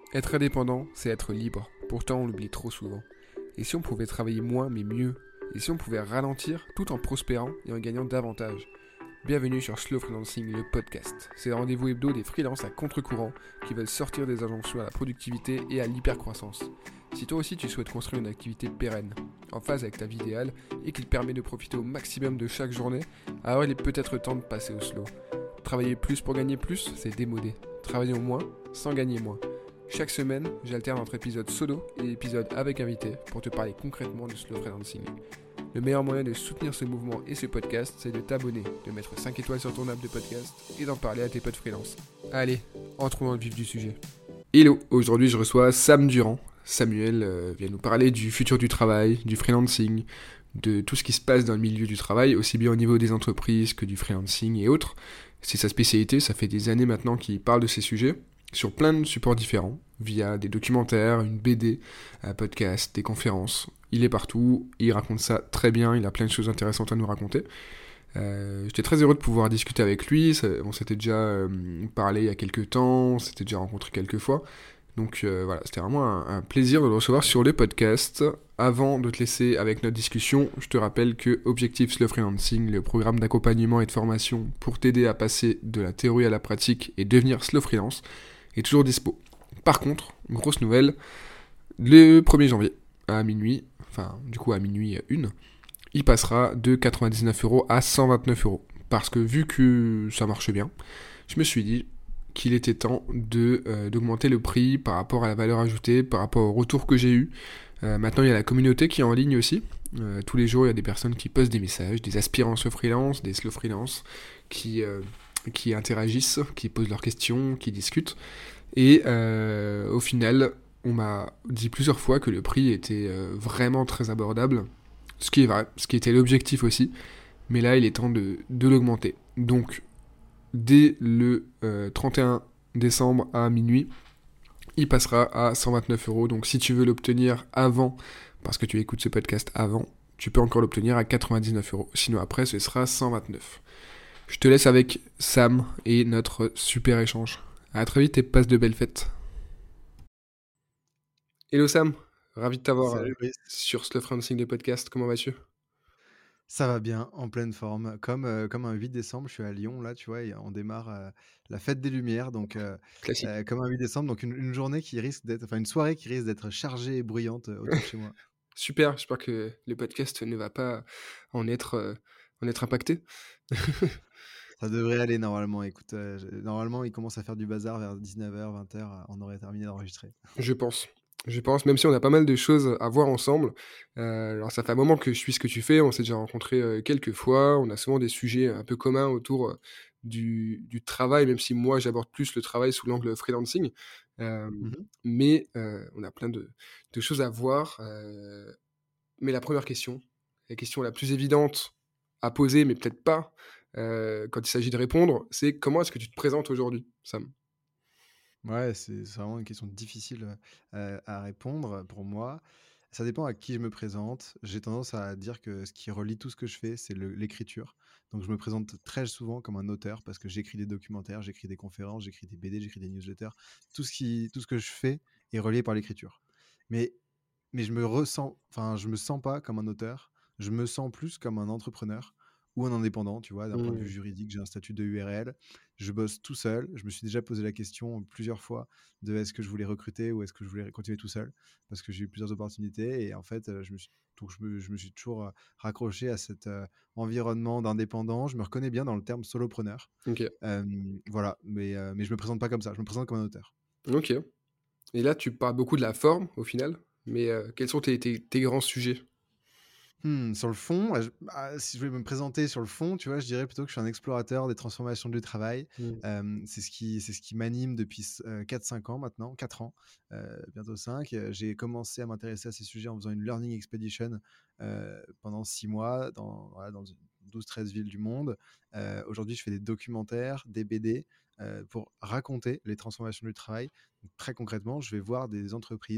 Être indépendant, c'est être libre. Pourtant, on l'oublie trop souvent. Et si on pouvait travailler moins mais mieux? Et si on pouvait ralentir tout en prospérant et en gagnant davantage? Bienvenue sur Slow Freelancing, le podcast. C'est le rendez-vous hebdo des freelances à contre-courant qui veulent sortir des injonctions à la productivité et à l'hypercroissance. Si toi aussi tu souhaites construire une activité pérenne, en phase avec ta vie idéale et qui te permet de profiter au maximum de chaque journée, alors il est peut-être temps de passer au slow. Travailler plus pour gagner plus, c'est démodé. Travaillons moins sans gagner moins. Chaque semaine, j'alterne entre épisodes solo et épisodes avec invité pour te parler concrètement du slow freelancing. Le meilleur moyen de soutenir ce mouvement et ce podcast, c'est de t'abonner, de mettre 5 étoiles sur ton app de podcast et d'en parler à tes potes freelance. Allez, entrons dans le vif du sujet. Hello, aujourd'hui je reçois Sam Durand. Samuel vient nous parler du futur du travail, du freelancing, de tout ce qui se passe dans le milieu du travail, aussi bien au niveau des entreprises que du freelancing et autres. C'est sa spécialité, ça fait des années maintenant qu'il parle de ces sujets, sur plein de supports différents, via des documentaires, une BD, un podcast, des conférences. Il est partout, il raconte ça très bien, il a plein de choses intéressantes à nous raconter. J'étais très heureux de pouvoir discuter avec lui, on s'était déjà parlé il y a quelques temps, on s'était déjà rencontré quelques fois. Donc voilà, c'était vraiment un plaisir de le recevoir sur le podcast. Avant de te laisser avec notre discussion, je te rappelle que Objectif Slow Freelancing, le programme d'accompagnement et de formation pour t'aider à passer de la théorie à la pratique et devenir slow freelance, est toujours dispo. Par contre, grosse nouvelle, le 1er janvier à minuit, enfin du coup à minuit 1, il passera de 99 € à 129 €. Parce que vu que ça marche bien, je me suis dit qu'il était temps d'augmenter le prix par rapport à la valeur ajoutée, par rapport au retour que j'ai eu. Maintenant, il y a la communauté qui est en ligne aussi. Tous les jours, il y a des personnes qui postent des messages, des aspirants slow freelance, des slow freelance, qui interagissent, qui posent leurs questions, qui discutent. Et au final, on m'a dit plusieurs fois que le prix était vraiment très abordable, ce qui est vrai, ce qui était l'objectif aussi. Mais là, il est temps de l'augmenter. Donc, dès le 31 décembre à minuit, il passera à 129 €. Donc si tu veux l'obtenir avant, parce que tu écoutes ce podcast avant, tu peux encore l'obtenir à 99 €. Sinon après, ce sera 129. Je te laisse avec Sam et notre super échange. À très vite et passe de belles fêtes. Hello Sam, ravi de t'avoir Salut Brice. sur Slow Freelancing des podcasts. Comment vas-tu? Ça va bien, en pleine forme. Comme un 8 décembre, je suis à Lyon là, tu vois? Et on démarre, la fête des Lumières donc Classique. comme un 8 décembre, donc une journée qui risque d'être une soirée qui risque d'être chargée et bruyante, autour de chez moi. Super, j'espère que le podcast ne va pas en être impacté. Ça devrait aller normalement, écoute, je normalement, il commence à faire du bazar vers 19h-20h, on aurait terminé d'enregistrer. Je pense. Je pense, même si on a pas mal de choses à voir ensemble. Alors ça fait un moment que je suis ce que tu fais, on s'est déjà rencontrés, quelques fois. On a souvent des sujets un peu communs autour, du travail, même si moi j'aborde plus le travail sous l'angle freelancing. Mmh mh. Mais on a plein de choses à voir. Mais la première question, la question la plus évidente à poser, mais peut-être pas, quand il s'agit de répondre, c'est comment est-ce que tu te présentes aujourd'hui, Sam? Ouais, c'est vraiment une question difficile, à répondre, pour moi. Ça dépend à qui je me présente. J'ai tendance à dire que ce qui relie tout ce que je fais, c'est l'écriture. Donc je me présente très souvent comme un auteur parce que j'écris des documentaires, j'écris des conférences, j'écris des BD, j'écris des newsletters. Tout ce que je fais est relié par l'écriture. Mais je me sens pas comme un auteur, je me sens plus comme un entrepreneur ou un indépendant, tu vois? D'un point de vue Mmh. juridique, j'ai un statut de URL, je bosse tout seul. Je me suis déjà posé la question plusieurs fois de est-ce que je voulais recruter ou est-ce que je voulais continuer tout seul? Parce que j'ai eu plusieurs opportunités et en fait, je me suis toujours, raccroché à cet, environnement d'indépendant. Je me reconnais bien dans le terme solopreneur. OK. Voilà, mais je me présente pas comme ça, je me présente comme un auteur. OK. Et là, tu parles beaucoup de la forme, au final, mais quels sont tes grands sujets? Sur le fond, si je vais me présenter sur le fond, tu vois, je dirais plutôt que je suis un explorateur des transformations du travail. Mmh. C'est ce qui m'anime depuis 4-5 ans maintenant, 4 ans, bientôt 5. J'ai commencé à m'intéresser à ces sujets en faisant une learning expedition, pendant 6 mois dans 12-13 villes du monde. Aujourd'hui, je fais des documentaires, des BD, pour raconter les transformations du travail. Donc très concrètement, je vais voir des entreprises,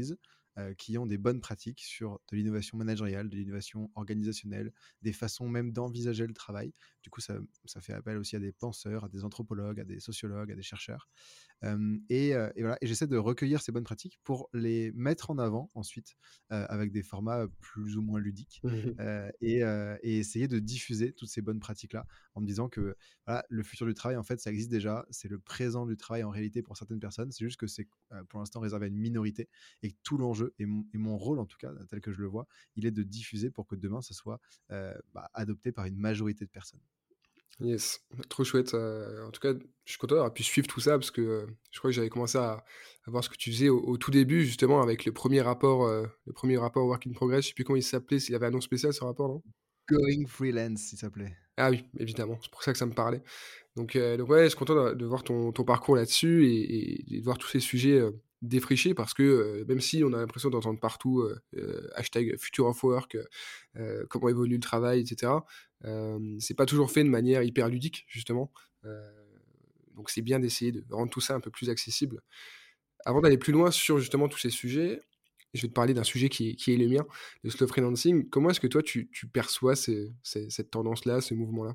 qui ont des bonnes pratiques sur de l'innovation managériale, de l'innovation organisationnelle, des façons même d'envisager le travail. Du coup, ça fait appel aussi à des penseurs, à des anthropologues, à des sociologues, à des chercheurs. Et voilà, et j'essaie de recueillir ces bonnes pratiques pour les mettre en avant ensuite, avec des formats plus ou moins ludiques, Mmh. et essayer de diffuser toutes ces bonnes pratiques-là en me disant que, voilà, le futur du travail, en fait, ça existe déjà. C'est le présent du travail en réalité pour certaines personnes. C'est juste que c'est, pour l'instant réservé à une minorité, et que tout l'enjeu et mon rôle, en tout cas, tel que je le vois, il est de diffuser pour que demain, ça soit, adopté par une majorité de personnes. Yes, trop chouette, en tout cas, je suis content d'avoir pu suivre tout ça parce que, je crois que j'avais commencé à voir ce que tu faisais au tout début justement avec le premier rapport Work in Progress, je sais plus comment il s'appelait, s'il avait un nom spécial ce rapport, non? Going freelance, il s'appelait. Ah oui, évidemment, c'est pour ça que ça me parlait. Donc ouais, je suis content de voir ton parcours là-dessus et de voir tous ces sujets, défrichés parce que, même si on a l'impression d'entendre partout, #Future of Work, comment évolue le travail et cetera, c'est pas toujours fait de manière hyper ludique justement, heu, donc c'est bien d'essayer de rendre tout ça un peu plus accessible. Avant d'aller plus loin sur justement tous ces sujets, je vais te parler d'un sujet qui est le mien, le slow freelancing. Comment est-ce que toi tu perçois cette tendance-là, ce mouvement-là?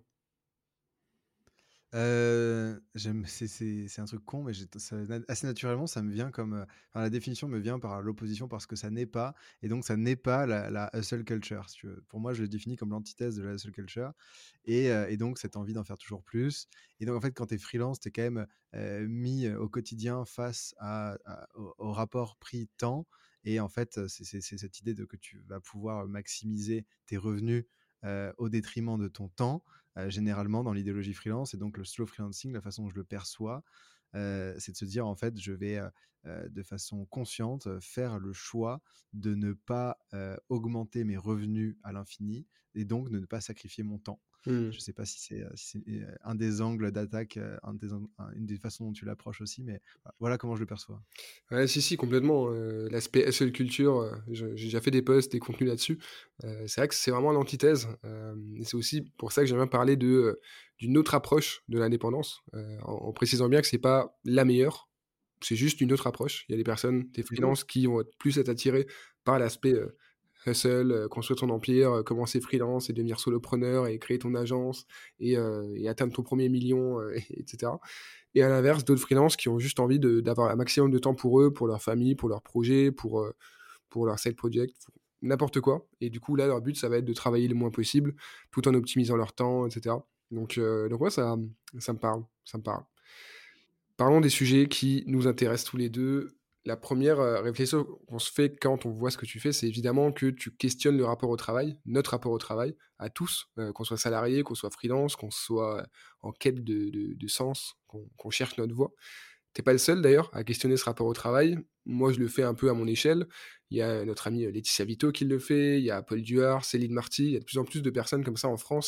J'aime c'est un truc con, mais j'ai ça assez naturellement, ça me vient comme, enfin, la définition me vient par l'opposition, parce que ça n'est pas, et donc ça n'est pas la hustle culture, si tu veux. Pour moi, je le définis comme l'antithèse de la hustle culture, et donc cette envie d'en faire toujours plus, et donc en fait, quand tu es freelance, tu es quand même, mis, au quotidien face au rapport prix-temps, et en fait, c'est cette idée de que tu vas pouvoir maximiser tes revenus, au détriment de ton temps, généralement dans l'idéologie freelance. Et donc le slow freelancing, la façon dont je le perçois, c'est de se dire, en fait, je vais, de façon consciente, faire le choix de ne pas, augmenter mes revenus à l'infini, et donc de ne pas sacrifier mon temps. Mmh. Je ne sais pas si c'est un des angles d'attaque, une des façons dont tu l'approches aussi, mais voilà comment je le perçois. Ouais, si, si, complètement, l'aspect hustle culture, j'ai déjà fait des posts, des contenus là-dessus. C'est vrai que c'est vraiment l'antithèse, et c'est aussi pour ça que j'aime bien parler d'une autre approche de l'indépendance, en précisant bien que c'est pas la meilleure, c'est juste une autre approche. Il y a des personnes, des Mmh. freelances qui vont être plus être attirés par l'aspect, hustle, construire ton empire, commencer freelance et devenir solopreneur et créer ton agence et atteindre ton premier million, et cetera. Et à l'inverse, d'autres freelances qui ont juste envie d'avoir un maximum de temps pour eux, pour leur famille, pour leurs projets, pour leur side project, pour n'importe quoi. Et du coup, là, leur but, ça va être de travailler le moins possible, tout en optimisant leur temps, et cetera. Donc ouais, ça me parle, ça me parle. Parlons des sujets qui nous intéressent tous les 2. La première re réflexion qu'on se fait quand on voit ce que tu fais, c'est évidemment que tu questionnes le rapport au travail, notre rapport au travail, à tous, qu'on soit salarié, qu'on soit freelance, qu'on soit en quête de sens, qu'on cherche notre voie. T'es pas le seul d'ailleurs à questionner ce rapport au travail. Moi, je le fais un peu à mon échelle. Il y a notre amie, Laetitia Vito qui le fait, il y a Paul Duhard, Céline Marty, il y a de plus en plus de personnes comme ça en France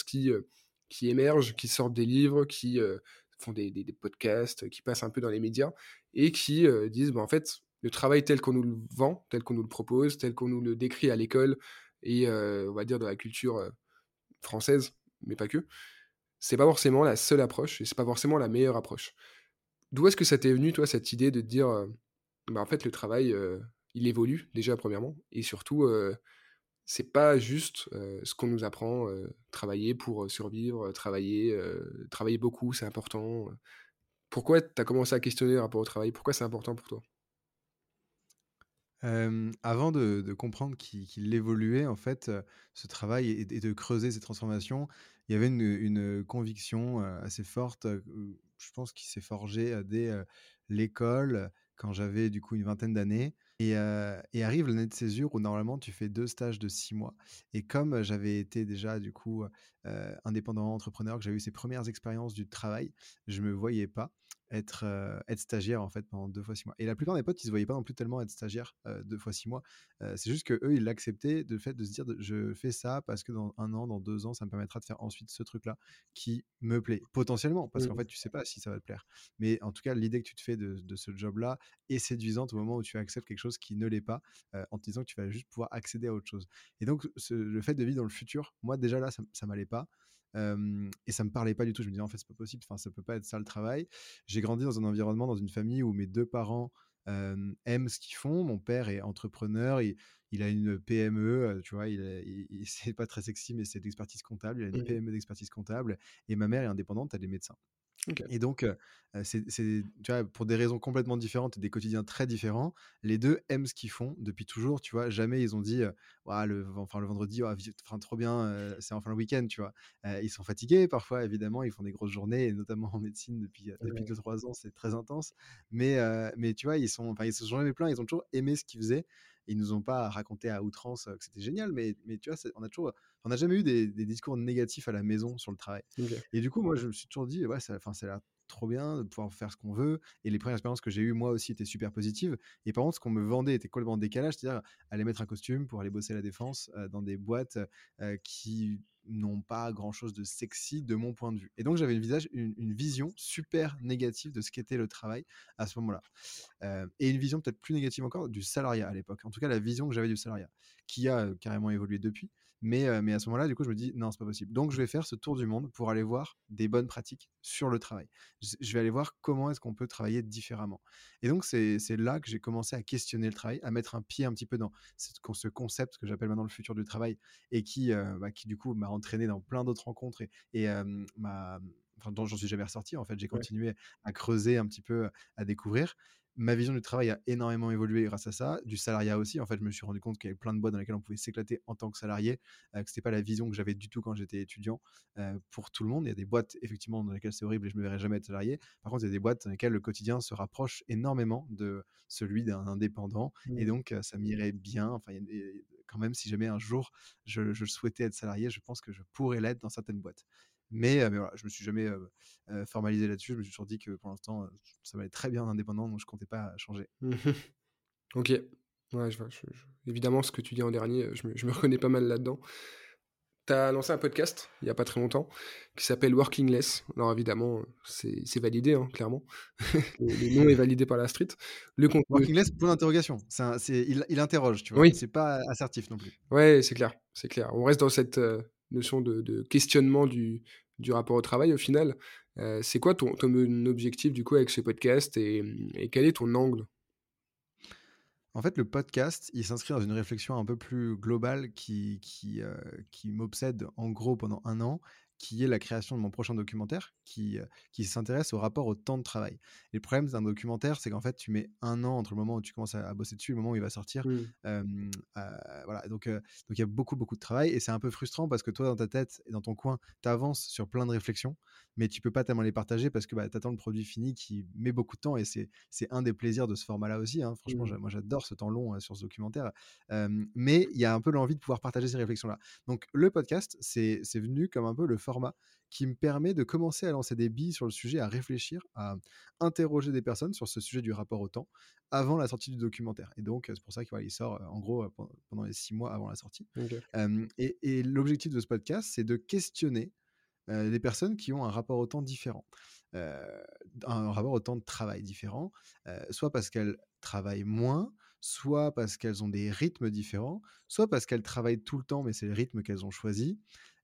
qui émergent, qui sortent des livres, qui, font des podcasts, qui passent un peu dans les médias et qui, disent: «Bah, en fait, le travail tel qu'on nous le vend, tel qu'on nous le propose, tel qu'on nous le décrit à l'école et on va dire dans la culture, française, mais pas que, c'est pas forcément la seule approche et c'est pas forcément la meilleure approche». D'où est-ce que ça t'est venu, toi, cette idée de te dire, bah, en fait, le travail, il évolue déjà premièrement et surtout, c'est pas juste, ce qu'on nous apprend, travailler pour, survivre, travailler beaucoup, c'est important. Pourquoi tu as commencé à questionner le rapport au travail? Pourquoi c'est important pour toi? Avant de comprendre qu'il évoluait, en fait, ce travail, et de creuser ces transformations, il y avait une conviction, assez forte, je pense qui s'est forgée, dès, l'école, quand j'avais du coup une vingtaine d'années, et arrive l'année de césure où normalement tu fais 2 stages de 6 mois, et comme j'avais été déjà du coup, indépendant, entrepreneur, que j'avais eu ces premières expériences du travail, je me voyais pas être stagiaire, en fait, pendant 2 fois 6 mois, et la plupart des potes, ils se voyaient pas non plus tellement être stagiaire, 2 fois 6 mois. C'est juste qu'eux, ils l'acceptaient, de fait de se dire, de: «Je fais ça parce que dans 1 an, dans 2 ans, ça me permettra de faire ensuite ce truc-là qui me plaît». Potentiellement, parce qu'en Mmh. fait, tu sais pas si ça va te plaire. Mais en tout cas, l'idée que tu te fais de ce job-là est séduisante au moment où tu acceptes quelque chose qui ne l'est pas, en te disant que tu vas juste pouvoir accéder à autre chose. Et donc le fait de vivre dans le futur, moi déjà là, ça m'allait pas, et ça me parlait pas du tout. Je me disais: «En fait, c'est pas possible, enfin, ça peut pas être ça le travail». J'ai grandi dans un environnement, dans une famille où mes 2 parents, aiment ce qu'ils font. Mon père est entrepreneur, il a une PME, tu vois? C'est pas très sexy, mais c'est de l'expertise comptable. Il a une Mmh. PME d'expertise comptable et ma mère est indépendante, elle est médecin. OK. Et donc, c'est tu vois, pour des raisons complètement différentes et des quotidiens très différents, les 2 aiment ce qu'ils font depuis toujours, tu vois? Jamais ils ont dit, «Ouah, le vendredi, oh, enfin trop bien, c'est enfin le week-end», tu vois? Ils sont fatigués parfois évidemment, ils font des grosses journées et notamment en médecine depuis Ouais. 2-3 ans, c'est très intense. Mais tu vois, ils se sont jamais plaints, ils ont toujours aimé ce qu'ils faisaient. Ils nous ont pas raconté à outrance, que c'était génial, mais tu vois, on n'a jamais eu des discours négatifs à la maison sur le travail. OK. Et du coup, moi, je me suis toujours dit: «Ouais, ça a l'air trop bien de pouvoir faire ce qu'on veut», et les premières expériences que j'ai eues, moi aussi, étaient super positives. Et par contre, ce qu'on me vendait était complètement en décalage, c'est-à-dire aller mettre un costume pour aller bosser à la défense, dans des boîtes, qui n'ont pas grand-chose de sexy de mon point de vue. Et donc j'avais une vision super négative de ce qu'était le travail à ce moment-là. Et une vision peut-être plus négative encore du salariat à l'époque. En tout cas, la vision que j'avais du salariat, qui a, carrément évolué depuis. Mais à ce moment-là, du coup, je me dis: «Non, c'est pas possible». Donc je vais faire ce tour du monde pour aller voir des bonnes pratiques sur le travail. Je vais aller voir comment est-ce qu'on peut travailler différemment. Et donc c'est là que j'ai commencé à questionner le travail, à mettre un pied un petit peu dans ce concept que j'appelle maintenant le futur du travail, et qui du coup m'a entraîné dans plein d'autres rencontres, dont j'en suis jamais ressorti en fait. J'ai Ouais. continué à creuser un petit peu, à découvrir. Ma vision du travail a énormément évolué grâce à ça, du salariat aussi. En fait, je me suis rendu compte qu'il y avait plein de boîtes dans lesquelles on pouvait s'éclater en tant que salarié, que c'était pas la vision que j'avais du tout quand j'étais étudiant, pour tout le monde. Il y a des boîtes effectivement dans lesquelles c'est horrible et je me verrai jamais être salarié. Par contre, il y a des boîtes dans lesquelles le quotidien se rapproche énormément de celui d'un indépendant, et Mmh. donc ça m'irait bien. Enfin, il y a quand même, si jamais un jour je souhaitais être salarié, je pense que je pourrais l'être dans certaines boîtes. Mais voilà, je me suis jamais, formalisé là-dessus. Je me suis toujours dit que pour l'instant, ça m'allait très bien en indépendant, donc je comptais pas changer. Mmh. OK. Ouais, je vois, évidemment, ce que tu dis en dernier, je me reconnais pas mal là-dedans. Tu as lancé un podcast, il y a pas très longtemps, qui s'appelle Working Less. Alors évidemment, c'est validé, hein, clairement. Le nom est validé par la street. Le contenu Working aussi. Less, point d'interrogation. Il interroge, tu vois? Oui, C'est pas assertif non plus. ouais, c'est clair, c'est clair. On reste dans cette, notion de questionnement du rapport au travail au final. C'est quoi ton objectif du coup avec ce podcast et quel est ton angle? En fait, le podcast, il s'inscrit dans une réflexion un peu plus globale qui m'obsède en gros pendant 1 an, qui est la création de mon prochain documentaire qui s'intéresse au rapport au temps de travail. Et le problème d'un documentaire, c'est qu'en fait, tu mets 1 an entre le moment où tu commences à bosser dessus et le moment où il va sortir. Mmh. Voilà, donc il y a beaucoup, beaucoup de travail et c'est un peu frustrant parce que toi, dans ta tête et dans ton coin, tu avances sur plein de réflexions, mais tu peux pas tellement les partager parce que bah, tu attends le produit fini qui met beaucoup de temps, et c'est un des plaisirs de ce format-là aussi, hein. Franchement, Mmh. moi j'adore ce temps long, sur ce documentaire. Mais il y a un peu l'envie de pouvoir partager ces réflexions-là. Donc le podcast, c'est venu comme un peu le format qui me permet de commencer à lancer des billes sur le sujet, à réfléchir, à interroger des personnes sur ce sujet du rapport au temps avant la sortie du documentaire. Et donc, c'est pour ça qu'il sort, en gros, pendant les 6 mois avant la sortie. OK. Et l'objectif de ce podcast, c'est de questionner, des personnes qui ont un rapport au temps différent, heu, un rapport au temps de travail différent, soit parce qu'elles travaillent moins, soit parce qu'elles ont des rythmes différents, soit parce qu'elles travaillent tout le temps, mais c'est le rythme qu'elles ont choisi.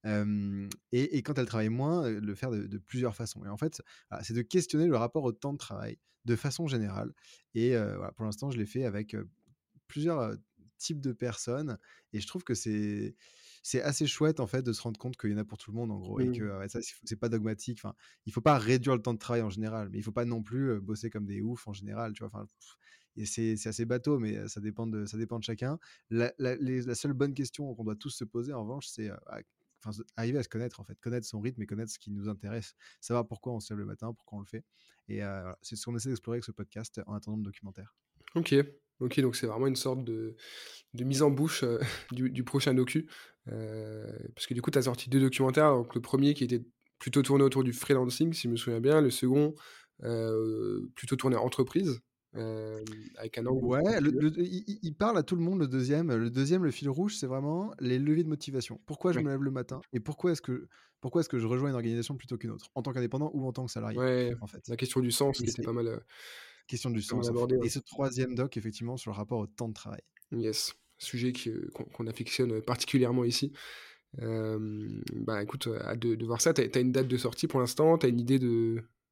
Et quand elles travaillent moins, le faire de plusieurs façons. Et en fait, voilà, c'est de questionner le rapport au temps de travail de façon générale. Et voilà, pour l'instant, je l'ai fait avec, plusieurs, types de personnes, et je trouve que c'est assez chouette, en fait, de se rendre compte qu'il y en a pour tout le monde, en gros, et que, Mmh. ouais, ça, c'est pas dogmatique. Enfin, il faut pas réduire le temps de travail en général, mais il faut pas non plus, bosser comme des oufs en général, tu vois? Enfin, et c'est assez bateau, mais ça dépend de chacun. La seule bonne question qu'on doit tous se poser, en revanche, c'est, enfin, arriver à se connaître, en fait, connaître son rythme et connaître ce qui nous intéresse, savoir pourquoi on se lève le matin, pourquoi on le fait. Et voilà, c'est ce qu'on essaie d'explorer avec ce podcast en attendant le documentaire. OK. OK, donc c'est vraiment une sorte de mise en bouche, du prochain docu. Parce que du coup, tu as sorti 2 documentaires, donc le premier qui était plutôt tourné autour du freelancing, si je me souviens bien, le second, plutôt tourné entreprise, avec un angle Ouais, particulier. il parle à tout le monde, le deuxième. Le deuxième, le fil rouge, c'est vraiment les leviers de motivation. Pourquoi je Ouais, me lève le matin et pourquoi est-ce que je rejoins une organisation plutôt qu'une autre? En tant qu'indépendant ou en tant que salarié, ouais, en fait. la question du sens Et qui était c'est question du pas mal sens, en fait. abordée, Et ouais. ce troisième doc, effectivement, sur le rapport au temps de travail. Yes, sujet qu'on affectionne particulièrement ici. Bah, écoute, hâte de voir ça. Tu as une date de sortie pour l'instant? Tu as une idée de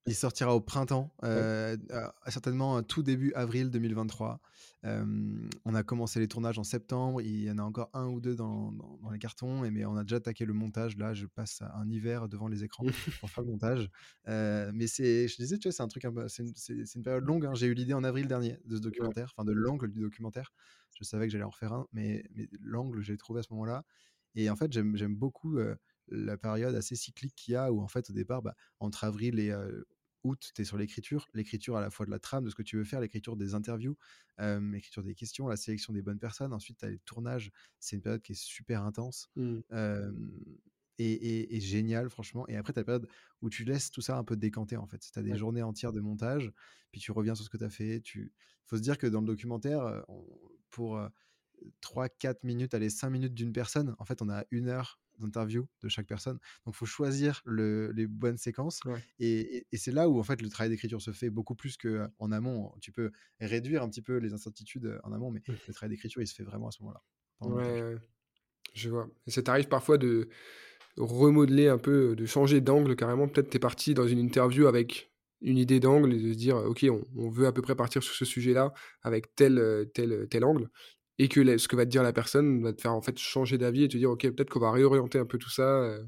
Il sortira au printemps, Ouais. certainement, tout début avril 2023. On a commencé les tournages en septembre, il y en a encore un ou 2 dans les cartons mais on a déjà attaqué le montage. Là, je passe un hiver devant les écrans pour faire le montage. Mais je disais, tu vois, c'est un truc un peu c'est une période longue, hein. J'ai eu l'idée en avril dernier de ce Ouais. documentaire, enfin de l'angle du documentaire. Je savais que j'allais en refaire un, mais l'angle, je l'ai trouvé à ce moment-là et en fait, j'aime beaucoup, la période assez cyclique qu'il y a où en fait, au départ, entre avril et août, tu es sur l'écriture à la fois de la trame, de ce que tu veux faire, l'écriture des interviews, l'écriture des questions, la sélection des bonnes personnes. Ensuite, tu as les tournages, c'est une période qui est super intense Mmh. hem, et géniale, franchement. Et après, tu as la période où tu laisses tout ça un peu décanter, en fait. Tu as des Ouais. journées entières de montage, puis tu reviens sur ce que tu as fait. Il faut se dire que dans le documentaire, pour 3-4 minutes, allez, 5 minutes d'une personne, en fait, on a 1 heure d'interview de chaque personne. Donc, il faut choisir les bonnes séquences. Ouais. Et c'est là où, en fait, le travail d'écriture se fait beaucoup plus qu'en amont. Tu peux réduire un petit peu les incertitudes en amont, mais Mmh. le travail d'écriture, il se fait vraiment à ce moment-là, pendant Ouais, le montage. ouais, je vois et ça t'arrive parfois de remodeler un peu, de changer d'angle carrément? Peut-être tu es parti dans une interview avec une idée d'angle et de se dire: «OK, on veut à peu près partir sur ce sujet-là avec tel angle» et que ce que va te dire la personne va te faire, en fait, changer d'avis et te dire: «OK, peut-être qu'on va réorienter un peu tout ça».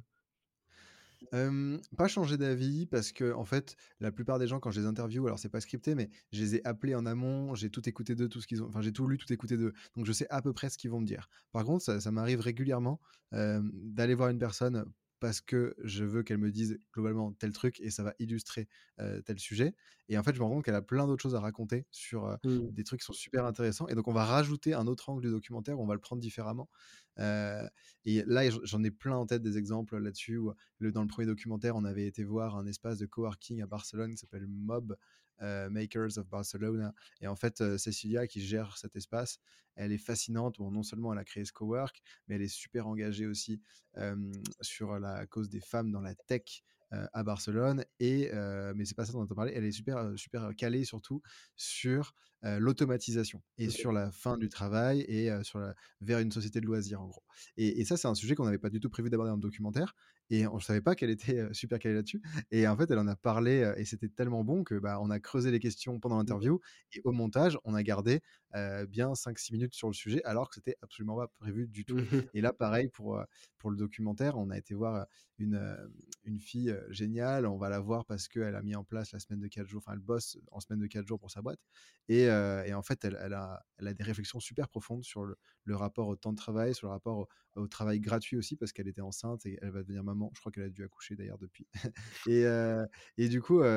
Pas changer d'avis parce que en fait, la plupart des gens quand je les interviewe, alors c'est pas scripté, mais je les ai appelés en amont, j'ai tout écouté d'eux, tout ce qu'ils ont enfin j'ai tout lu, tout écouté d'eux. Donc je sais à peu près ce qu'ils vont me dire. Par contre, ça m'arrive régulièrement, d'aller voir une personne parce que je veux qu'elle me dise globalement tel truc et ça va illustrer, tel sujet. Et en fait, je me rends compte qu'elle a plein d'autres choses à raconter sur, Mmh. des trucs qui sont super intéressants et donc on va rajouter un autre angle du documentaire, on va le prendre différemment. Heu et là, j'en ai plein en tête des exemples là-dessus où dans le premier documentaire, on avait été voir un espace de coworking à Barcelone qui s'appelle Mob, Makers of Barcelona. Et en fait, Cecilia qui gère cet espace, elle est fascinante. Bon, non seulement elle a créé ce cowork, mais elle est super engagée aussi sur la cause des femmes dans la tech à Barcelone. Mais c'est pas ça dont on entend parler. Elle est super calée surtout sur l'automatisation et OK. sur la fin du travail et vers une société de loisirs en gros. Et ça, c'est un sujet qu'on n'avait pas du tout prévu d'aborder dans le documentaire et je savais pas qu'elle était super calée là-dessus. Et en fait, elle en a parlé et c'était tellement bon que on a creusé les questions pendant OK. l'interview et au montage, on a gardé bien 5-6 minutes sur le sujet alors que c'était absolument pas prévu du tout. Mmh mh. Et là, pareil pour le documentaire, on a été voir une, une fille géniale. On va la voir parce qu'elle a mis en place la semaine de 4 jours, enfin, elle bosse en semaine de 4 jours pour sa boîte. Et en fait, elle a des réflexions super profondes sur le rapport au temps de travail, sur le rapport au travail gratuit aussi, parce qu'elle était enceinte et elle va devenir maman. Je crois qu'elle a dû accoucher d'ailleurs depuis. Et, euh, et du coup,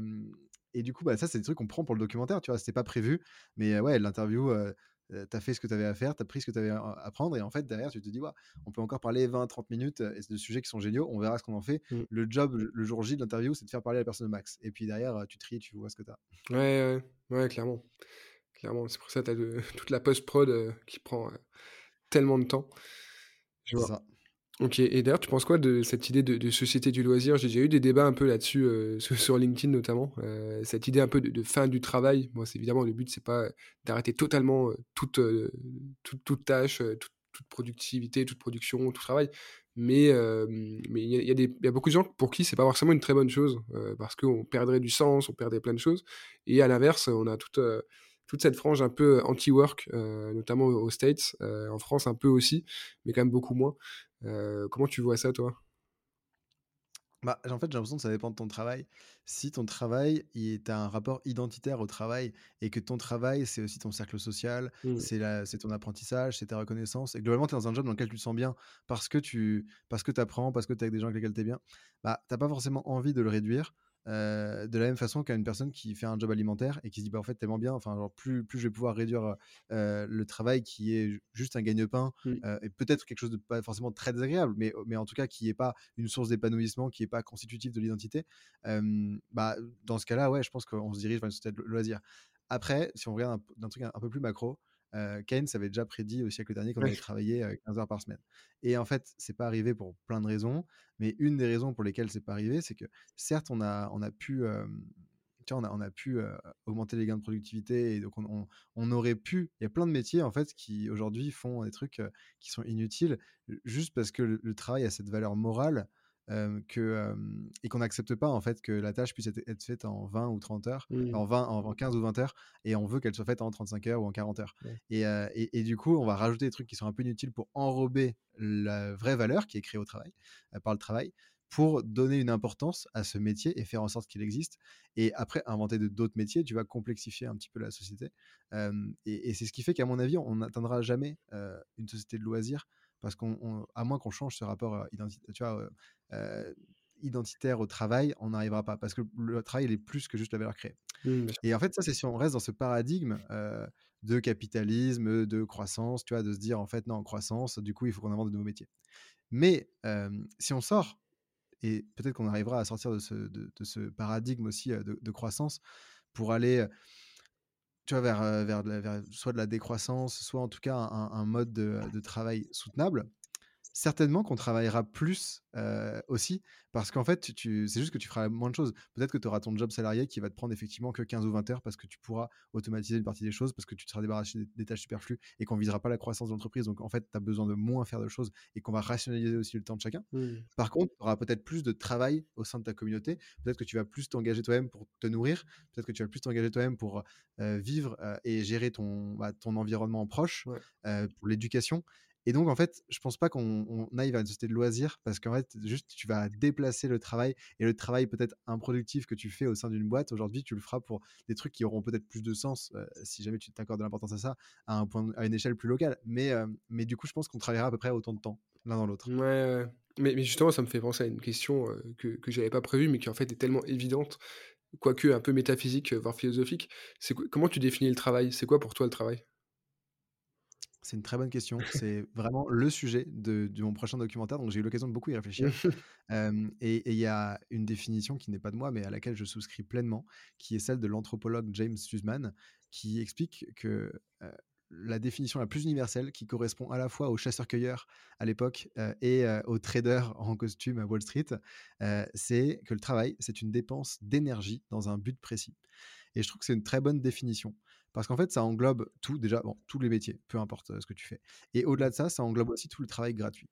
ça, c'est des trucs qu'on prend pour le documentaire, tu vois. C'était pas prévu, mais ouais, l'interview, t'as fait ce que t'avais à faire, t'as pris ce que t'avais à prendre, et en fait, derrière, tu te dis, ouais, on peut encore parler 20-30 minutes, et c'est de sujets qui sont géniaux, on verra ce qu'on en fait. Mmh. Le job, le jour J de l'interview, c'est de faire parler la personne au max. Et puis derrière, tu tries, tu vois ce que t'as. Ouais, ouais, ouais, clairement, clairement. C'est pour ça que tu as toute la post-prod, qui prend, tellement de temps. Je C'est vois. ça. OK et d'ailleurs, tu penses quoi de cette idée de société du loisir? J'ai déjà eu des débats un peu là-dessus, sur LinkedIn notamment, cette idée un peu de fin du travail. Moi, c'est évidemment le but, c'est pas, d'arrêter totalement, toute tâche, toute productivité, toute production, tout travail. Mais il y a beaucoup de gens pour qui c'est pas forcément une très bonne chose, parce qu'on perdrait du sens, on perdrait plein de choses et à l'inverse, on a toute cette frange un peu anti-work, notamment aux States, en France un peu aussi, mais quand même beaucoup moins. Comment tu vois ça, toi? En fait, j'ai l'impression que ça dépend de ton travail. Si ton travail, tu as un rapport identitaire au travail et que ton travail, c'est aussi ton cercle social, Mmh. c'est ton apprentissage, c'est ta reconnaissance et globalement, tu es dans un job dans lequel tu te sens bien parce que tu apprends, parce que tu es avec des gens avec lesquels tu es bien, tu pas forcément envie de le réduire, de la même façon qu'à une personne qui fait un job alimentaire et qui se dit: «Bah, en fait, tellement bien, enfin, genre, plus je vais pouvoir réduire, le travail qui est juste un gagne-pain, Mmh. et peut-être quelque chose de pas forcément très désagréable, mais en tout cas qui est pas une source d'épanouissement qui est pas constitutive de l'identité, dans ce cas-là, ouais, je pense qu'on se dirige vers une société de loisirs. Après, si on regarde d'un truc un peu plus macro, Keynes avait déjà prédit au siècle dernier qu'on Ouais. allait travailler 15 heures par semaine. Et en fait, c'est pas arrivé pour plein de raisons, mais une des raisons pour lesquelles c'est pas arrivé, c'est que certes, on a pu, tu vois, on a pu augmenter les gains de productivité et donc on aurait pu. Il y a plein de métiers en fait qui aujourd'hui font des trucs qui sont inutiles juste parce que le travail a cette valeur morale et qu'on n'accepte pas en fait que la tâche puisse être faite en 20 ou 30 heures, Mmh. en 15 ou 20 heures, et on veut qu'elle soit faite en 35 heures ou en 40 heures. Ouais. Et du coup, on va rajouter des trucs qui sont un peu inutiles pour enrober la vraie valeur qui est créée au travail, par le travail, pour donner une importance à ce métier et faire en sorte qu'il existe. Et après, inventer d'autres métiers, tu vas complexifier un petit peu la société. Et c'est ce qui fait qu'à mon avis, on n'atteindra jamais une société de loisirs, parce à moins qu'on change ce rapport tu vois, identitaire au travail, on n'arrivera pas, parce que le travail, il est plus que juste la valeur créée. Mmh, bien sûr. Et en fait, ça, c'est si on reste dans ce paradigme de capitalisme, de croissance, tu vois, de se dire, en fait, non, croissance, du coup, il faut qu'on invente de nouveaux métiers. Mais si on sort, et peut-être qu'on arrivera à sortir de ce paradigme aussi de croissance, pour aller, tu vois, vers soit de la décroissance, soit en tout cas un mode de travail soutenable. Certainement qu'on travaillera plus, aussi, parce qu'en fait, c'est juste que tu feras moins de choses. Peut-être que tu auras ton job salarié qui va te prendre effectivement que 15 ou 20 heures, parce que tu pourras automatiser une partie des choses, parce que tu te seras débarrassé des tâches superflues et qu'on visera pas la croissance de l'entreprise. Donc en fait, tu as besoin de moins faire de choses et qu'on va rationaliser aussi le temps de chacun. Mmh. Par contre, tu auras peut-être plus de travail au sein de ta communauté. Peut-être que tu vas plus t'engager toi-même pour te nourrir. Peut-être que tu vas plus t'engager toi-même pour, vivre, et gérer ton environnement proche, Ouais. pour l'éducation. Et donc, en fait, je pense pas qu'on aille vers une société de loisirs, parce qu'en fait, juste, tu vas déplacer le travail, et le travail peut-être improductif que tu fais au sein d'une boîte, aujourd'hui, tu le feras pour des trucs qui auront peut-être plus de sens, si jamais tu t'accordes de l'importance à ça, à une échelle plus locale. Mais du coup, je pense qu'on travaillera à peu près autant de temps, l'un dans l'autre. Ouais, ouais. Mais justement, ça me fait penser à une question, que j'avais pas prévue, mais qui en fait est tellement évidente, quoique un peu métaphysique, voire philosophique. C'est quoi comment tu définis le travail? C'est quoi pour toi le travail? C'est une très bonne question. C'est vraiment le sujet de mon prochain documentaire, donc j'ai eu l'occasion de beaucoup y réfléchir. Et il y a une définition qui n'est pas de moi, mais à laquelle je souscris pleinement, qui est celle de l'anthropologue James Sussman, qui explique que la définition la plus universelle, qui correspond à la fois aux chasseurs-cueilleurs à l'époque, et aux traders en costume à Wall Street, c'est que le travail, c'est une dépense d'énergie dans un but précis. Et je trouve que c'est une très bonne définition. Parce qu'en fait, ça englobe tout, déjà, bon, tous les métiers, peu importe ce que tu fais. Et au-delà de ça, ça englobe aussi tout le travail gratuit.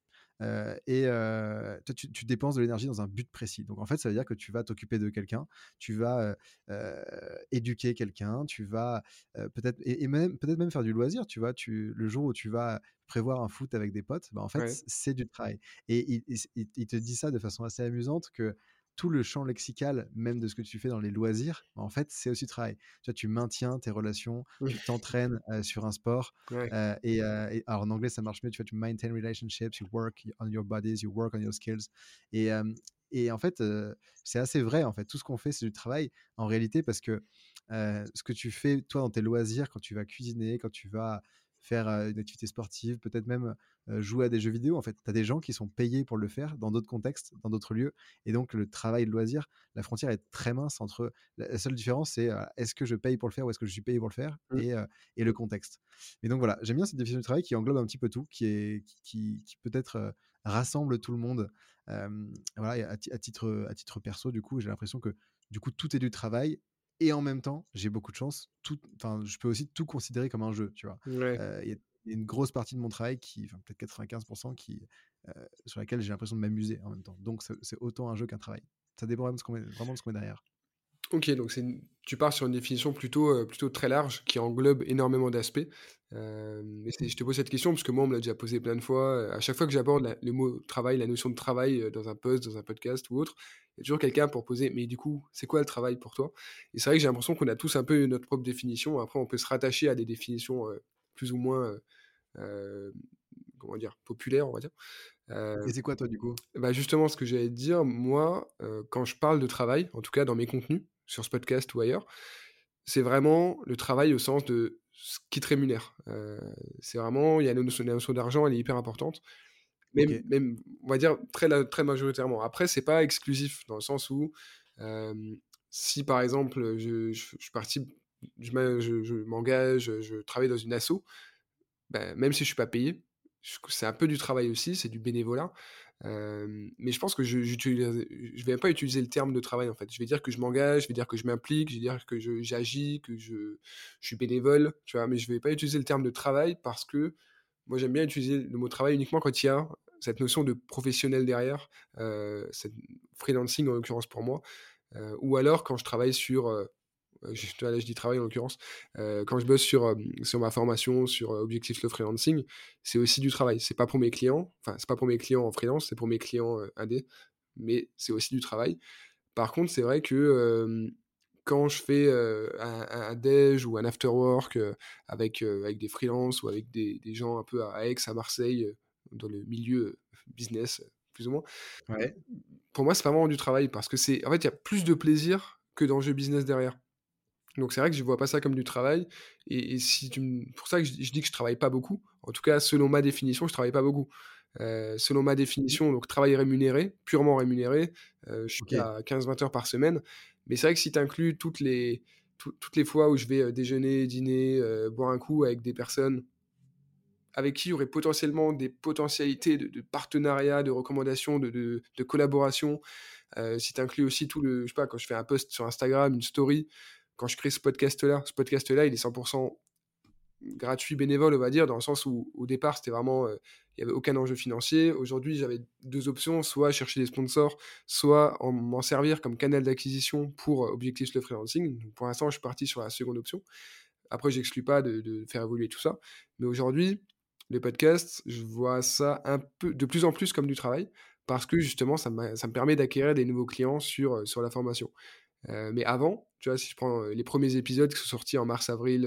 Toi, tu dépenses de l'énergie dans un but précis. Donc, en fait, ça veut dire que tu vas t'occuper de quelqu'un, tu vas éduquer quelqu'un, tu vas peut-être, et même, peut-être même faire du loisir. Tu vois, le jour où tu vas prévoir un foot avec des potes, bah, en fait, Ouais. c'est du travail. Et il te dit ça de façon assez amusante, que tout le champ lexical, même de ce que tu fais dans les loisirs, bah, en fait, c'est aussi travail. Tu vois, tu maintiens tes relations, tu t'entraînes sur un sport. Ouais. Et alors en anglais, ça marche mieux. Tu vois, tu maintain relationships, you work on your bodies, you work on your skills. Et, euh, et en fait, c'est assez vrai. En fait, tout ce qu'on fait, c'est du travail en réalité, parce que ce que tu fais, toi, dans tes loisirs, quand tu vas cuisiner, quand tu vas faire une activité sportive, peut-être même jouer à des jeux vidéo. En fait, tu as des gens qui sont payés pour le faire dans d'autres contextes, dans d'autres lieux. Et donc, le travail et le loisir, la frontière est très mince entre. La seule différence, c'est est-ce que je paye pour le faire ou est-ce que je suis payé pour le faire, Mmh. et le contexte. Et donc, voilà, j'aime bien cette définition du travail qui englobe un petit peu tout, qui peut-être rassemble tout le monde. Voilà, et à titre perso, du coup, j'ai l'impression que du coup, tout est du travail. Et en même temps, j'ai beaucoup de chance. Enfin, je peux aussi tout considérer comme un jeu, tu vois. Ouais. Il y a une grosse partie de mon travail enfin, peut-être 95%, sur laquelle j'ai l'impression de m'amuser en même temps. Donc, c'est autant un jeu qu'un travail. Ça dépend vraiment de ce qu'on met derrière. OK, donc tu pars sur une définition plutôt très large qui englobe énormément d'aspects. Mais je te pose cette question parce que moi, on me l'a déjà posé plein de fois, à chaque fois que j'aborde le mot travail, la notion de travail, dans un post, dans un podcast ou autre, il y a toujours quelqu'un pour poser: «Mais du coup, c'est quoi le travail pour toi?» Et c'est vrai que j'ai l'impression qu'on a tous un peu notre propre définition. Après, on peut se rattacher à des définitions, plus ou moins, comment dire? Populaires, on va dire. Et c'est quoi, toi, du coup? Bah, justement, ce que j'allais te dire, moi, quand je parle de travail, en tout cas dans mes contenus, sur ce podcast ou ailleurs, c'est vraiment le travail au sens de ce qui te rémunère. C'est vraiment il y a la notion d'argent, elle est hyper importante. Ok. Même, on va dire très majoritairement. Après, c'est pas exclusif dans le sens où, si par exemple, je suis parti, je m'engage, je travaille dans une asso, bah, même si je suis pas payé, c'est un peu du travail aussi, c'est du bénévolat. Mais je pense que je vais pas utiliser le terme de travail, en fait. Je vais dire que je m'engage, je vais dire que je m'implique, je vais dire que j'agis, que je suis bénévole, tu vois? Mais je vais pas utiliser le terme de travail parce que moi, j'aime bien utiliser le mot travail uniquement quand il y a cette notion de professionnel derrière, cette freelancing en l'occurrence pour moi, ou alors quand je travaille sur, là, je dis travail en l'occurrence, quand je bosse sur ma formation, sur, Objectif Slow Freelancing, c'est aussi du travail. C'est pas pour mes clients, enfin, c'est pas pour mes clients en freelance, c'est pour mes clients, indés, mais c'est aussi du travail. Par contre, c'est vrai que, quand je fais, un déj ou un after work, avec des freelances ou avec des gens un peu à Aix, à Marseille, dans le milieu, business, plus ou moins, Ouais. pour moi, c'est pas vraiment du travail parce que c'est en fait, il y a plus de plaisir que d'enjeu business derrière. Donc c'est vrai que je vois pas ça comme du travail et si tu me pour ça que je dis que je travaille pas beaucoup. En tout cas, selon ma définition, je travaille pas beaucoup. Selon ma Mmh. définition, donc travail rémunéré, purement rémunéré, je suis OK. à 15-20 heures par semaine. Mais c'est vrai que si tu inclus toutes les fois où je vais, déjeuner, dîner, boire un coup avec des personnes avec qui il y aurait potentiellement des potentialités de partenariat, de recommandation, de collaboration, si tu inclus aussi tout le je sais pas, quand je fais un post sur Instagram, une story, quand je crée ce podcast-là, il est 100% gratuit, bénévole, on va dire, dans le sens où, au départ, c'était vraiment, il y avait aucun enjeu financier. Aujourd'hui, j'avais 2 options, soit chercher des sponsors, soit m'en servir comme canal d'acquisition pour, Objectif le freelancing. Donc pour l'instant, je suis parti sur la seconde option. Après, j'exclus pas de faire évoluer tout ça. Mais aujourd'hui, le podcast, je vois ça un peu de plus en plus comme du travail parce que justement, ça me permet d'acquérir des nouveaux clients sur la formation. Mais avant, tu vois, si je prends, les premiers épisodes qui sont sortis en mars-avril,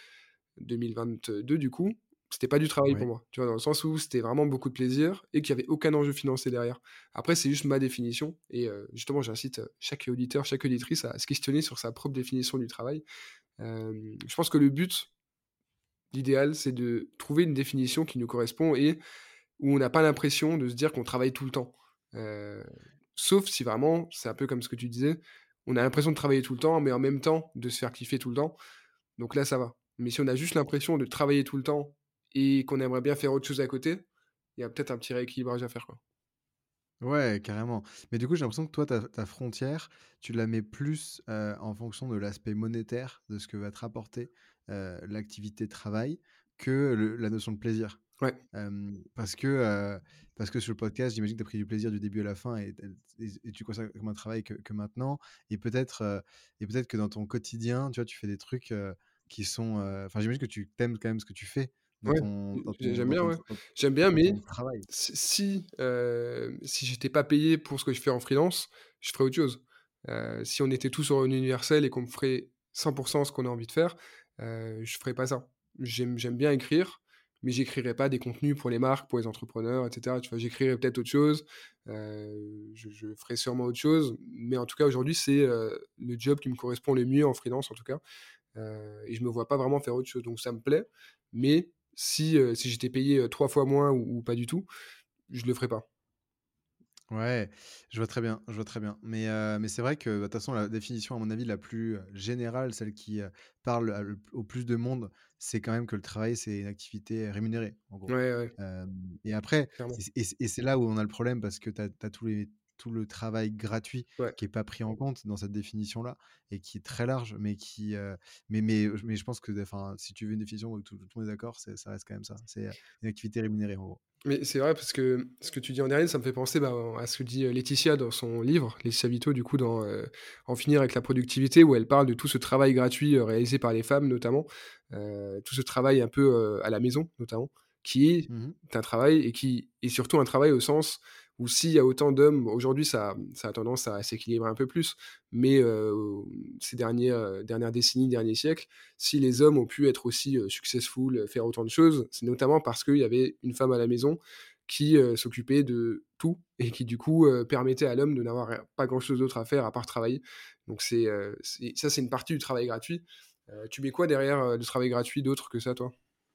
2022 du coup, c'était pas du travail pour Ouais. moi. Tu vois? Dans le sens où c'était vraiment beaucoup de plaisir et qu'il y avait aucun enjeu financier derrière. Après, c'est juste ma définition et justement, j'incite, chaque auditeur, chaque auditrice à se questionner sur sa propre définition du travail. Je pense que le but, l'idéal, c'est de trouver une définition qui nous correspond et où on n'a pas l'impression de se dire qu'on travaille tout le temps. Heu, Sauf si vraiment, c'est un peu comme ce que tu disais, on a l'impression de travailler tout le temps, mais en même temps de se faire kiffer tout le temps. Donc là, ça va. Mais si on a juste l'impression de travailler tout le temps et qu'on aimerait bien faire autre chose à côté, il y a peut-être un petit rééquilibrage à faire, quoi. Ouais, carrément. Mais du coup, j'ai l'impression que toi, ta frontière, tu la mets plus, en fonction de l'aspect monétaire, de ce que va te rapporter, l'activité travail, que la notion de plaisir. Ouais, Parce que sur le podcast, j'imagine que tu as pris du plaisir du début à la fin et tu considères comme un travail que maintenant et peut-être que dans ton quotidien, tu vois, tu fais des trucs, qui sont, enfin, j'imagine que tu aimes quand même ce que tu fais dans ouais, ton dans ton j'aime dans bien, ton ouais. dans J'aime bien, dans mais ton travail. si j'étais pas payé pour ce que je fais en freelance, je ferais autre chose. Si on était tous sur une universelle et qu'on me ferait 100% ce qu'on a envie de faire, je ferais pas ça. J'aime bien écrire, mais j'écrirais pas des contenus pour les marques, pour les entrepreneurs et cetera, tu vois? J'écrirais peut-être autre chose, je ferais sûrement autre chose, mais en tout cas aujourd'hui c'est, le job qui me correspond le mieux en freelance en tout cas, et je me vois pas vraiment faire autre chose donc ça me plaît, mais si j'étais payé, 3 fois moins ou pas du tout, je le ferais pas. Ouais, je vois très bien, je vois très bien. Mais c'est vrai que, bah, de toute façon, la définition, à mon avis, la plus, générale, celle qui, parle au plus de monde, c'est quand même que le travail, c'est une activité rémunérée, en gros. Ouais, ouais, Et après, clairement. c'est là où on a le problème parce que tu as tout le travail gratuit Ouais. qui est pas pris en compte dans cette définition-là et qui est très large, mais je pense que, enfin, si tu veux une définition où tout le monde est d'accord, ça reste quand même ça. C'est, une activité rémunérée, en gros. Mais c'est vrai parce que ce que tu dis en dernier, ça me fait penser, bah, à ce que dit, Laetitia dans son livre, Laetitia Vito du coup dans, En finir avec la productivité où elle parle de tout ce travail gratuit, réalisé par les femmes notamment, tout ce travail un peu, à la maison notamment, qui est Mmh. un travail et qui est surtout un travail au sens où s'il y a autant d'hommes aujourd'hui ça a tendance à s'équilibrer un peu plus, mais, ces dernières décennies, derniers siècles, si les hommes ont pu être aussi, successful, faire autant de choses, c'est notamment parce qu'il y avait une femme à la maison qui, s'occupait de tout et qui du coup, permettait à l'homme de n'avoir pas grand chose d'autre à faire à part travailler. Donc c'est une partie du travail gratuit. Tu mets quoi derrière, le travail gratuit d'autre que ça toi?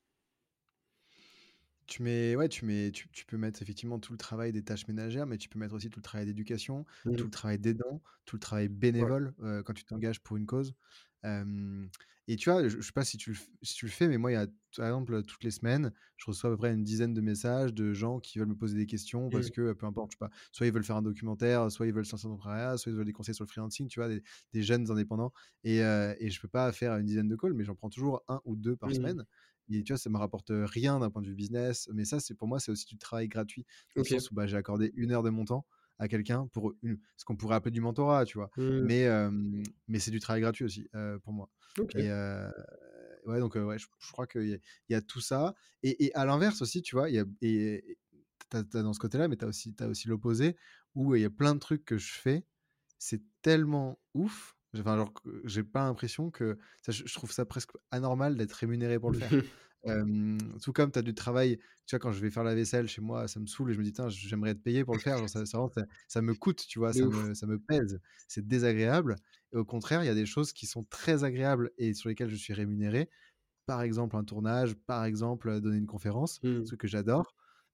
Tu mets ouais, tu peux mettre effectivement tout le travail des tâches ménagères, mais tu peux mettre aussi tout le travail d'éducation, tout Mmh. le travail d'aidant, tout le travail Ouais. bénévole, quand tu t'engages pour une cause. Hem Et tu vois, je sais pas si tu le fais, mais moi, il y a par exemple, toutes les semaines, je reçois à peu près une dizaine de messages de gens qui veulent me poser des questions Mmh. parce que, peu importe, je sais pas, soit ils veulent faire un documentaire, soit ils veulent se lancer dans l'entrepreneuriat, soit ils veulent des conseils sur le freelancing, tu vois? Des jeunes indépendants et je peux pas faire une dizaine de calls, mais j'en prends toujours un ou 2 par Mmh. semaine tu vois, ça me rapporte rien d'un point de vue business, mais ça, c'est pour moi, c'est aussi du travail gratuit, dans le OK. sens où, bah, j'ai accordé 1 heure de mon temps à quelqu'un pour ce qu'on pourrait appeler du mentorat, tu vois? Mmh. Mais c'est du travail gratuit aussi, pour moi OK. et ouais, donc ouais, je crois qu'il y a tout ça et à l'inverse aussi, tu vois, il y a et tu as dans ce côté-là, mais tu as aussi l'opposé où il y a plein de trucs que je fais, c'est tellement ouf, enfin, genre que j'ai pas l'impression que ça je trouve ça presque anormal d'être rémunéré pour le faire. Tout comme tu as du travail, tu vois, quand je vais faire la vaisselle chez moi, ça me saoule et je me dis: «Tain, j'aimerais être payé pour le faire», genre ça vraiment ça me coûte, tu vois? De Ça ouf. me ça me pèse, c'est désagréable et au contraire, il y a des choses qui sont très agréables et sur lesquelles je suis rémunéré. Par exemple, un tournage, par exemple, donner une conférence, Mmh. truc que j'adore.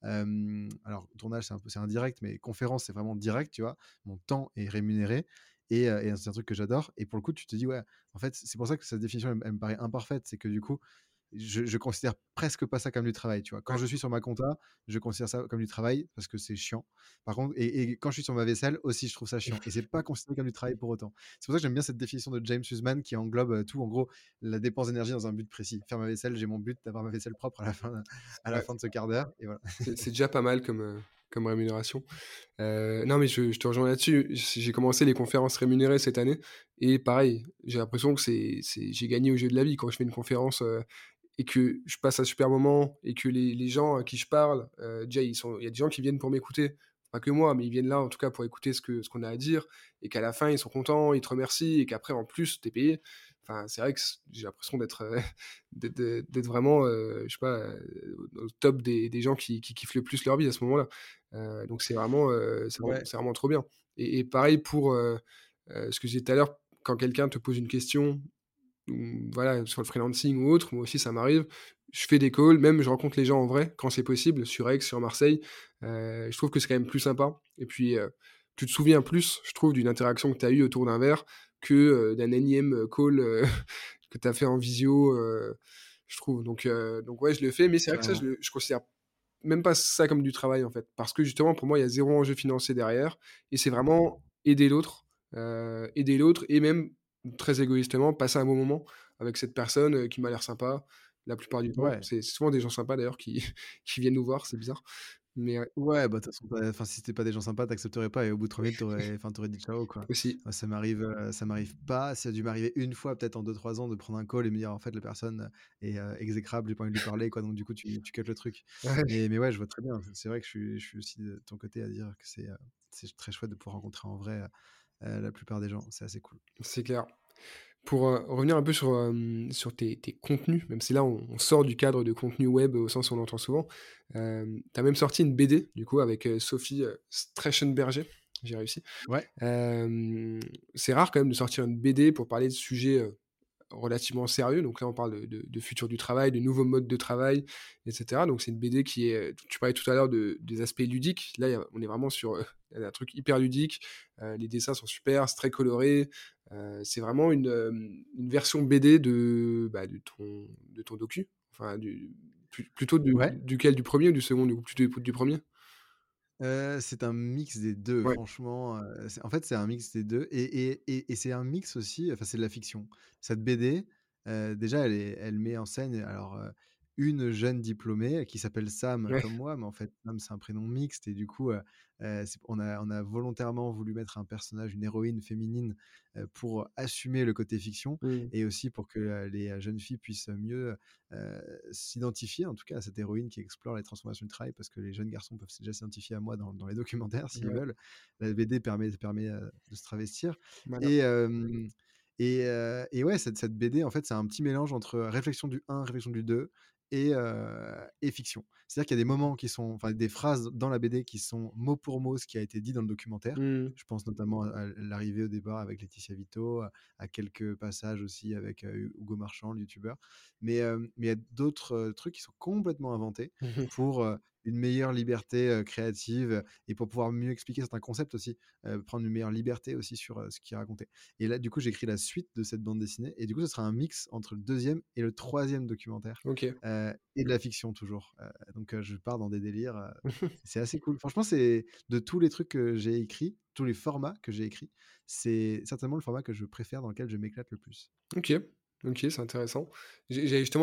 Alors tournage, c'est indirect, mais conférence, c'est vraiment direct, tu vois? Mon temps est rémunéré et c'est un truc que j'adore et pour le coup, tu te dis: «Ouais, en fait», c'est pour ça que cette définition, elle me paraît imparfaite. C'est que du coup, je considère presque pas ça comme du travail, tu vois? Quand Ouais. je suis sur ma compta, je considère ça comme du travail parce que c'est chiant. Par contre et quand je suis sur ma vaisselle aussi, je trouve ça chiant et c'est pas considéré comme du travail pour autant. C'est pour ça que j'aime bien cette définition de James Huseman qui englobe, tout, en gros, la dépense d'énergie dans un but précis. Faire ma vaisselle, j'ai mon but d'avoir ma vaisselle propre à la Ouais. fin de ce quart d'heure et voilà. C'est déjà pas mal comme rémunération. Non, mais je te rejoins là-dessus. J'ai commencé les conférences rémunérées cette année et pareil, j'ai l'impression que j'ai gagné au jeu de la vie quand je fais une conférence, et que je passe un super moment et que les gens à qui je parle, déjà il y a des gens qui viennent pour m'écouter, pas que moi, mais ils viennent là en tout cas pour écouter ce qu'on a à dire et qu'à la fin ils sont contents, ils te remercient et qu'après en plus tu es payé. Enfin, c'est vrai que j'ai l'impression d'être, d'être vraiment, je sais pas, au top des gens qui kiffent le plus leur vie à ce moment-là. Donc Ouais, c'est vraiment trop bien et pareil pour, ce que je disais tout à l'heure, quand quelqu'un te pose une question voilà, sur le freelancing ou autre, moi aussi ça m'arrive. Je fais des calls, même je rencontre les gens en vrai quand c'est possible, sur Aix, sur Marseille. Je trouve que c'est quand même plus sympa et puis, tu te souviens plus, je trouve, d'une interaction que tu as eue autour d'un verre que, d'un énième, call, que tu as fait en visio, je trouve. Donc ouais, je le fais, mais c'est vrai que ça, carrément. je considère même pas ça comme du travail, en fait. Parce que justement, pour moi, il y a zéro enjeu financier derrière et c'est vraiment aider l'autre et même, très égoïstement, passer un bon moment avec cette personne, qui m'a l'air sympa, la plupart du temps. Ouais. C'est souvent des gens sympas d'ailleurs qui qui viennent nous voir, c'est bizarre. Mais ouais, Ouais, bah, de toute façon, enfin, si c'était pas des gens sympas, tu pas et au bout de 3 minutes, tu aurais dit: «Ciao», quoi. aussi. Moi, ça m'arrive pas. Ça a dû m'arriver une fois, peut-être en 2 3 ans, de prendre un call et me dire: «En fait, la personne est, exécrable, j'ai pas envie de lui parler», quoi, donc du coup, tu cut le truc. Ouais, Mais ouais, je vois très bien. C'est vrai que je suis aussi de ton côté à dire que c'est très chouette de pouvoir rencontrer en vrai, la plupart des gens. C'est assez cool. c'est clair. Pour, revenir un peu sur tes contenus, même si là on sort du cadre de contenu web au sens où on l'entend souvent, tu as même sorti une BD du coup avec, Sophie, Streichenberger, j'ai réussi. Ouais. Hem, c'est rare quand même de sortir une BD pour parler de sujets, relativement sérieux. Donc là, on parle de futur du travail, de nouveaux modes de travail, et cetera. Donc c'est une BD qui est, tu parlais tout à l'heure des aspects ludiques. Là, on est vraiment sur, un truc hyper ludique. Les dessins sont super, c'est très coloré. C'est vraiment une version BD bah, de ton docu. Enfin plutôt Ouais. duquel? Du premier ou du second, du coup? Plutôt du premier. C'est un mix des 2 Ouais. franchement, c'est un mix des 2 et c'est un mix aussi, enfin, c'est de la fiction. Cette BD, déjà elle met en scène alors, une jeune diplômée qui s'appelle Sam Ouais. comme moi, mais en fait Sam c'est un prénom mixte et du coup, c'est on a volontairement voulu mettre un personnage, une héroïne féminine, pour assumer le côté fiction Mmh. et aussi pour que, les, jeunes filles puissent mieux, s'identifier en tout cas à cette héroïne qui explore les transformations du travail parce que les jeunes garçons peuvent déjà s'identifier à moi dans les documentaires s'ils Ouais. veulent. La BD permet, de se travestir Malin. et hem et ouais, cette BD, en fait, c'est un petit mélange entre réflexion du un, réflexion du 2 et fiction. C'est-à-dire qu'il y a des moments qui sont enfin, des phrases dans la BD qui sont mot pour mot ce qui a été dit dans le documentaire. Mmh. Je pense notamment à l'arrivée au départ avec Laetitia Vito, à quelques passages aussi avec, Hugo Marchand, le youtubeur. Mais il y a d'autres, trucs qui sont complètement inventés Mmh. pour, une meilleure liberté, créative, et pour pouvoir mieux expliquer certains concepts aussi, prendre une meilleure liberté aussi sur, ce qui est raconté. Et là, du coup, j'écris la suite de cette bande dessinée et du coup, ce sera un mix entre le deuxième et le troisième documentaire, OK. et de la fiction toujours. Donc je pars dans des délires, c'est assez cool. Franchement, c'est de tous les trucs que j'ai écrits, tous les formats que j'ai écrits, c'est certainement le format que je préfère, dans lequel je m'éclate le plus. OK, OK, c'est intéressant. J'allais justement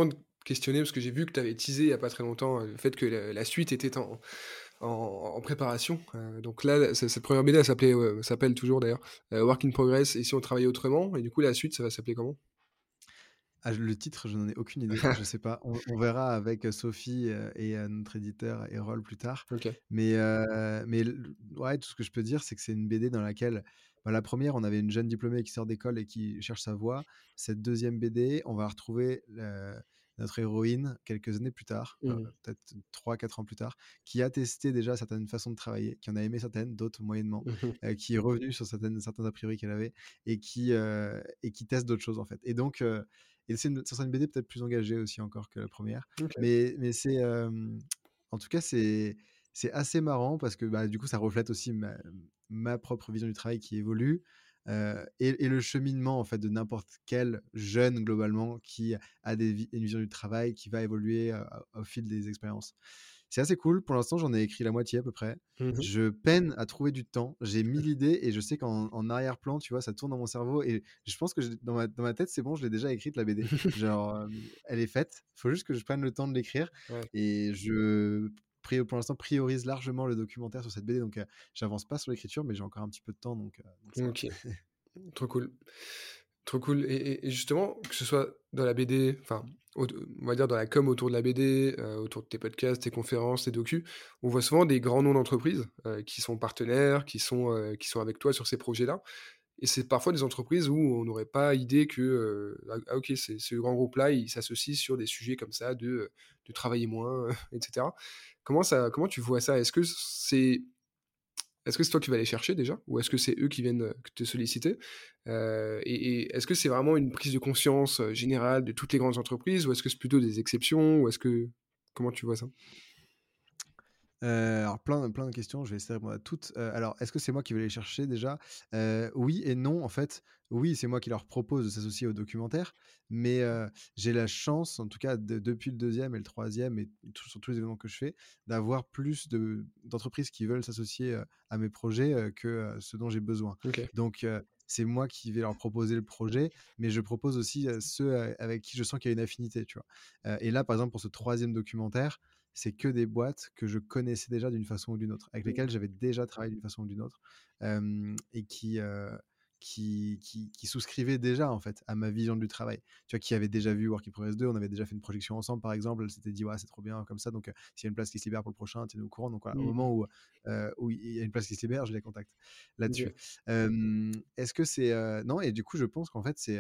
questionner parce que j'ai vu que tu avais teasé il y a pas très longtemps, le fait que la suite était en préparation. Donc là, cette première BD, elle s'appelle toujours d'ailleurs, Work in Progress et si on travaillait autrement? Et du coup, la suite, ça va s'appeler comment? Ah, le titre, je n'en ai aucune idée. Je sais pas. On verra avec Sophie et notre éditeur Erol plus tard. OK. Mais ouais, tout ce que je peux dire, c'est que c'est une BD dans laquelle, bah, la première, on avait une jeune diplômée qui sort d'école et qui cherche sa voie. Cette deuxième BD, on va retrouver notre héroïne quelques années plus tard, Mmh. peut-être 3, 4 ans plus tard, qui a testé déjà certaines façons de travailler, qui en a aimé certaines, d'autres moyennement, Mmh mh. qui est revenue sur certains a priori qu'elle avait et qui teste d'autres choses en fait. Et ça sera une BD peut-être plus engagée aussi encore que la première. OK. Mais en tout cas, c'est assez marrant parce que, bah, du coup, ça reflète aussi ma propre vision du travail qui évolue, et le cheminement, en fait, de n'importe quel jeune, globalement, qui a une vision du travail qui va évoluer, au fil des expériences. C'est assez cool. Pour l'instant, j'en ai écrit la moitié à peu près. Mmh mh. Je peine à trouver du temps. J'ai 1000 idées et je sais qu'en arrière-plan, tu vois, ça tourne dans mon cerveau et je pense que dans ma tête, c'est bon, je l'ai déjà écrite la BD. Genre, elle est faite. Il faut juste que je prenne le temps de l'écrire Ouais. et pour l'instant, priorise largement le documentaire sur cette BD. Donc, j'avance pas sur l'écriture, mais j'ai encore un petit peu de temps, donc ça va. OK. Trop cool. Trop cool et justement, que ce soit dans la BD, enfin, on va dire dans la com autour de la BD, autour de tes podcasts, tes conférences, tes docus, on voit souvent des grands noms d'entreprises, qui sont partenaires, qui sont avec toi sur ces projets-là et c'est parfois des entreprises où on n'aurait pas idée que, ah OK, c'est ce grand groupe-là, il s'associe sur des sujets comme ça de travailler moins, et cetera. Comment tu vois ça? Est-ce que c'est toi qui vas les chercher déjà? Ou est-ce que c'est eux qui viennent, te solliciter? Et est-ce que c'est vraiment une prise de conscience, générale de toutes les grandes entreprises? Ou est-ce que c'est plutôt des exceptions? Ou est-ce que comment tu vois ça? Alors plein de questions, je vais essayer de répondre à toutes. Alors, est-ce que c'est moi qui vais les chercher déjà? Oui et non, en fait. Oui, c'est moi qui leur propose de s'associer au documentaire, mais j'ai la chance, en tout cas depuis le deuxième et le troisième et sur tous les événements que je fais, d'avoir plus d'entreprises qui veulent s'associer, à mes projets, que, ce dont j'ai besoin. OK. Donc c'est moi qui vais leur proposer le projet, mais je propose aussi, ceux, avec qui je sens qu'il y a une affinité, tu vois? Et là, par exemple, pour ce troisième documentaire, c'est que des boîtes que je connaissais déjà d'une façon ou d'une autre, avec Mmh. lesquelles j'avais déjà travaillé d'une façon ou d'une autre, et qui souscrivaient déjà en fait à ma vision du travail. Tu vois, qui avaient déjà vu Work in Progress 2, on avait déjà fait une projection ensemble par exemple, elle s'était dit ouais c'est trop bien comme ça, donc s'il y a une place qui se libère pour le prochain, tiens-nous au courant. Donc voilà, au Mmh. moment où il y a une place qui se libère, je les contacte là-dessus. OK. Est-ce que c'est non, et du coup je pense qu'en fait c'est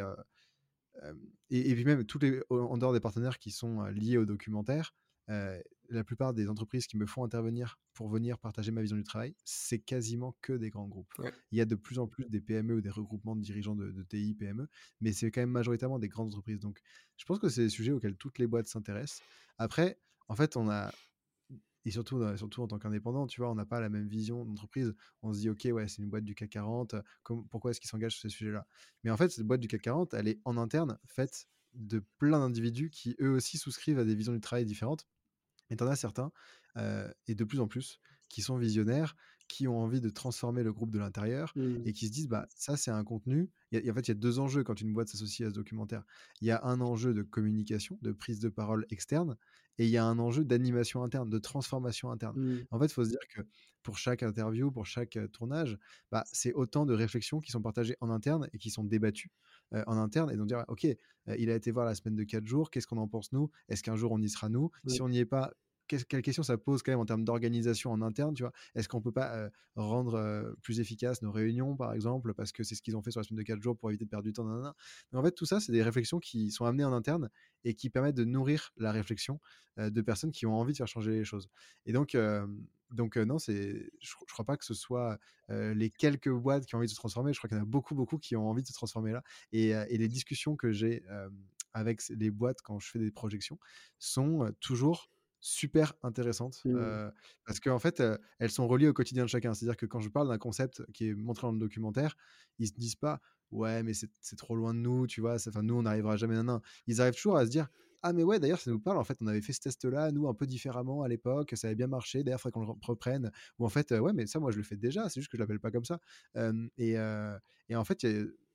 et puis même en dehors des partenaires qui sont liés au documentaire, la plupart des entreprises qui me font intervenir pour venir partager ma vision du travail, c'est quasiment que des grands groupes. Ouais. Il y a de plus en plus des PME ou des regroupements de dirigeants de TI, PME, mais c'est quand même majoritairement des grandes entreprises. Donc, je pense que c'est des sujets auxquels toutes les boîtes s'intéressent. Après, en fait, et surtout en tant qu'indépendant, tu vois, on n'a pas la même vision d'entreprise. On se dit, OK, ouais, c'est une boîte du CAC 40, pourquoi est-ce qu'ils s'engagent sur ces sujets-là? Mais en fait, cette boîte du CAC 40, elle est en interne, faite de plein d'individus qui, eux aussi, souscrivent à des visions du travail différentes. Et tu en as certains, et de plus en plus, qui sont visionnaires, qui ont envie de transformer le groupe de l'intérieur Mmh. et qui se disent: «Bah, ça, c'est un contenu». En fait, il y a 2 enjeux quand une boîte s'associe à ce documentaire. Il y a un enjeu de communication, de prise de parole externe et il y a un enjeu d'animation interne, de transformation interne. Mmh. En fait, il faut se dire que pour chaque interview, pour chaque, tournage, bah, c'est autant de réflexions qui sont partagées en interne et qui sont débattues, en interne et donc dire: «OK, il a été voir la semaine de 4 jours, qu'est-ce qu'on en pense nous? Est-ce qu'un jour on y sera nous? Mmh. Si on n'y est pas, quelle question ça pose quand même en termes d'organisation en interne, tu vois? Est-ce qu'on peut pas, rendre, plus efficaces nos réunions, par exemple, parce que c'est ce qu'ils ont fait sur la semaine de 4 jours pour éviter de perdre du temps, nin Donc en fait, tout ça, c'est des réflexions qui sont amenées en interne et qui permettent de nourrir la réflexion, de personnes qui ont envie de faire changer les choses. Et donc non, je crois pas que ce soit, les quelques boîtes qui ont envie de se transformer. Je crois qu'il y en a beaucoup, beaucoup qui ont envie de se transformer là et les discussions que j'ai, avec les boîtes quand je fais des projections sont, toujours super intéressantes, Mmh. parce qu'en fait, elles sont reliées au quotidien de chacun. C'est-à-dire que quand je parle d'un concept qui est montré dans le documentaire, ils se disent pas: «Ouais, mais c'est trop loin de nous, tu vois? Enfin, nous, on n'arrivera jamais, nin Ils arrivent toujours à se dire: «Ah mais ouais, d'ailleurs, ça nous parle, en fait, on avait fait ce test-là, nous, un peu différemment à l'époque, ça avait bien marché, d'ailleurs, il faudrait qu'on le reprenne». Ou en fait: «Ouais, mais ça, moi, je le fais déjà, c'est juste que je l'appelle pas comme ça». Et en fait,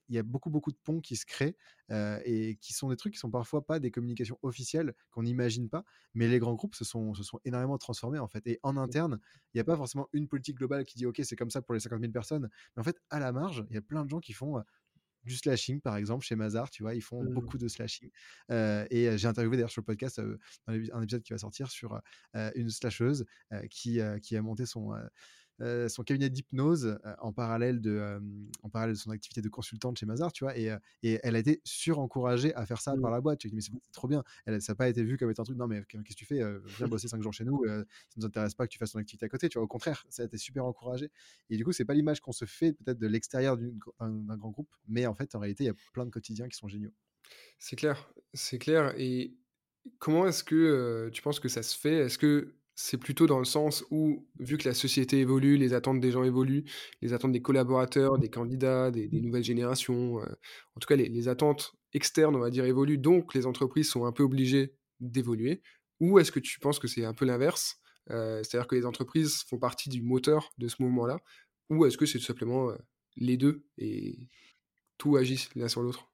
il y a beaucoup, beaucoup de ponts qui se créent et qui sont des trucs qui sont parfois pas des communications officielles qu'on n'imagine pas, mais les grands groupes se sont énormément transformés en fait. Et en interne, il n'y a pas forcément une politique globale qui dit OK, c'est comme ça pour les 50 000 personnes, mais en fait, à la marge, il y a plein de gens qui font du slashing, par exemple, chez Mazar, tu vois, ils font Mmh. beaucoup de slashing. J'ai interviewé d'ailleurs sur le podcast dans un épisode qui va sortir sur une slasheuse qui a monté son cabinet d'hypnose en parallèle de son activité de consultante chez Mazar, tu vois, et elle a été surencouragée à faire ça par Mmh. la boîte. Tu dis, mais c'est trop bien. Ça n'a pas été vu comme étant un truc, non, mais qu'est-ce que tu fais? Viens bosser 5 jours chez nous, ça ne nous intéresse pas que tu fasses ton activité à côté, tu vois. Au contraire, ça a été super encouragé. Et du coup, c'est pas l'image qu'on se fait peut-être de l'extérieur d'un grand groupe, mais en fait, en réalité, il y a plein de quotidiens qui sont géniaux. C'est clair, c'est clair. Et comment est-ce que, tu penses que ça se fait? Est-ce que c'est plutôt dans le sens où, vu que la société évolue, les attentes des gens évoluent, les attentes des collaborateurs, des candidats, des nouvelles générations, en tout cas les attentes externes, on va dire, évoluent, donc les entreprises sont un peu obligées d'évoluer? Ou est-ce que tu penses que c'est un peu l'inverse? C'est-à-dire que les entreprises font partie du moteur de ce mouvement-là? Ou est-ce que c'est tout simplement, les 2 et tout agit l'un sur l'autre?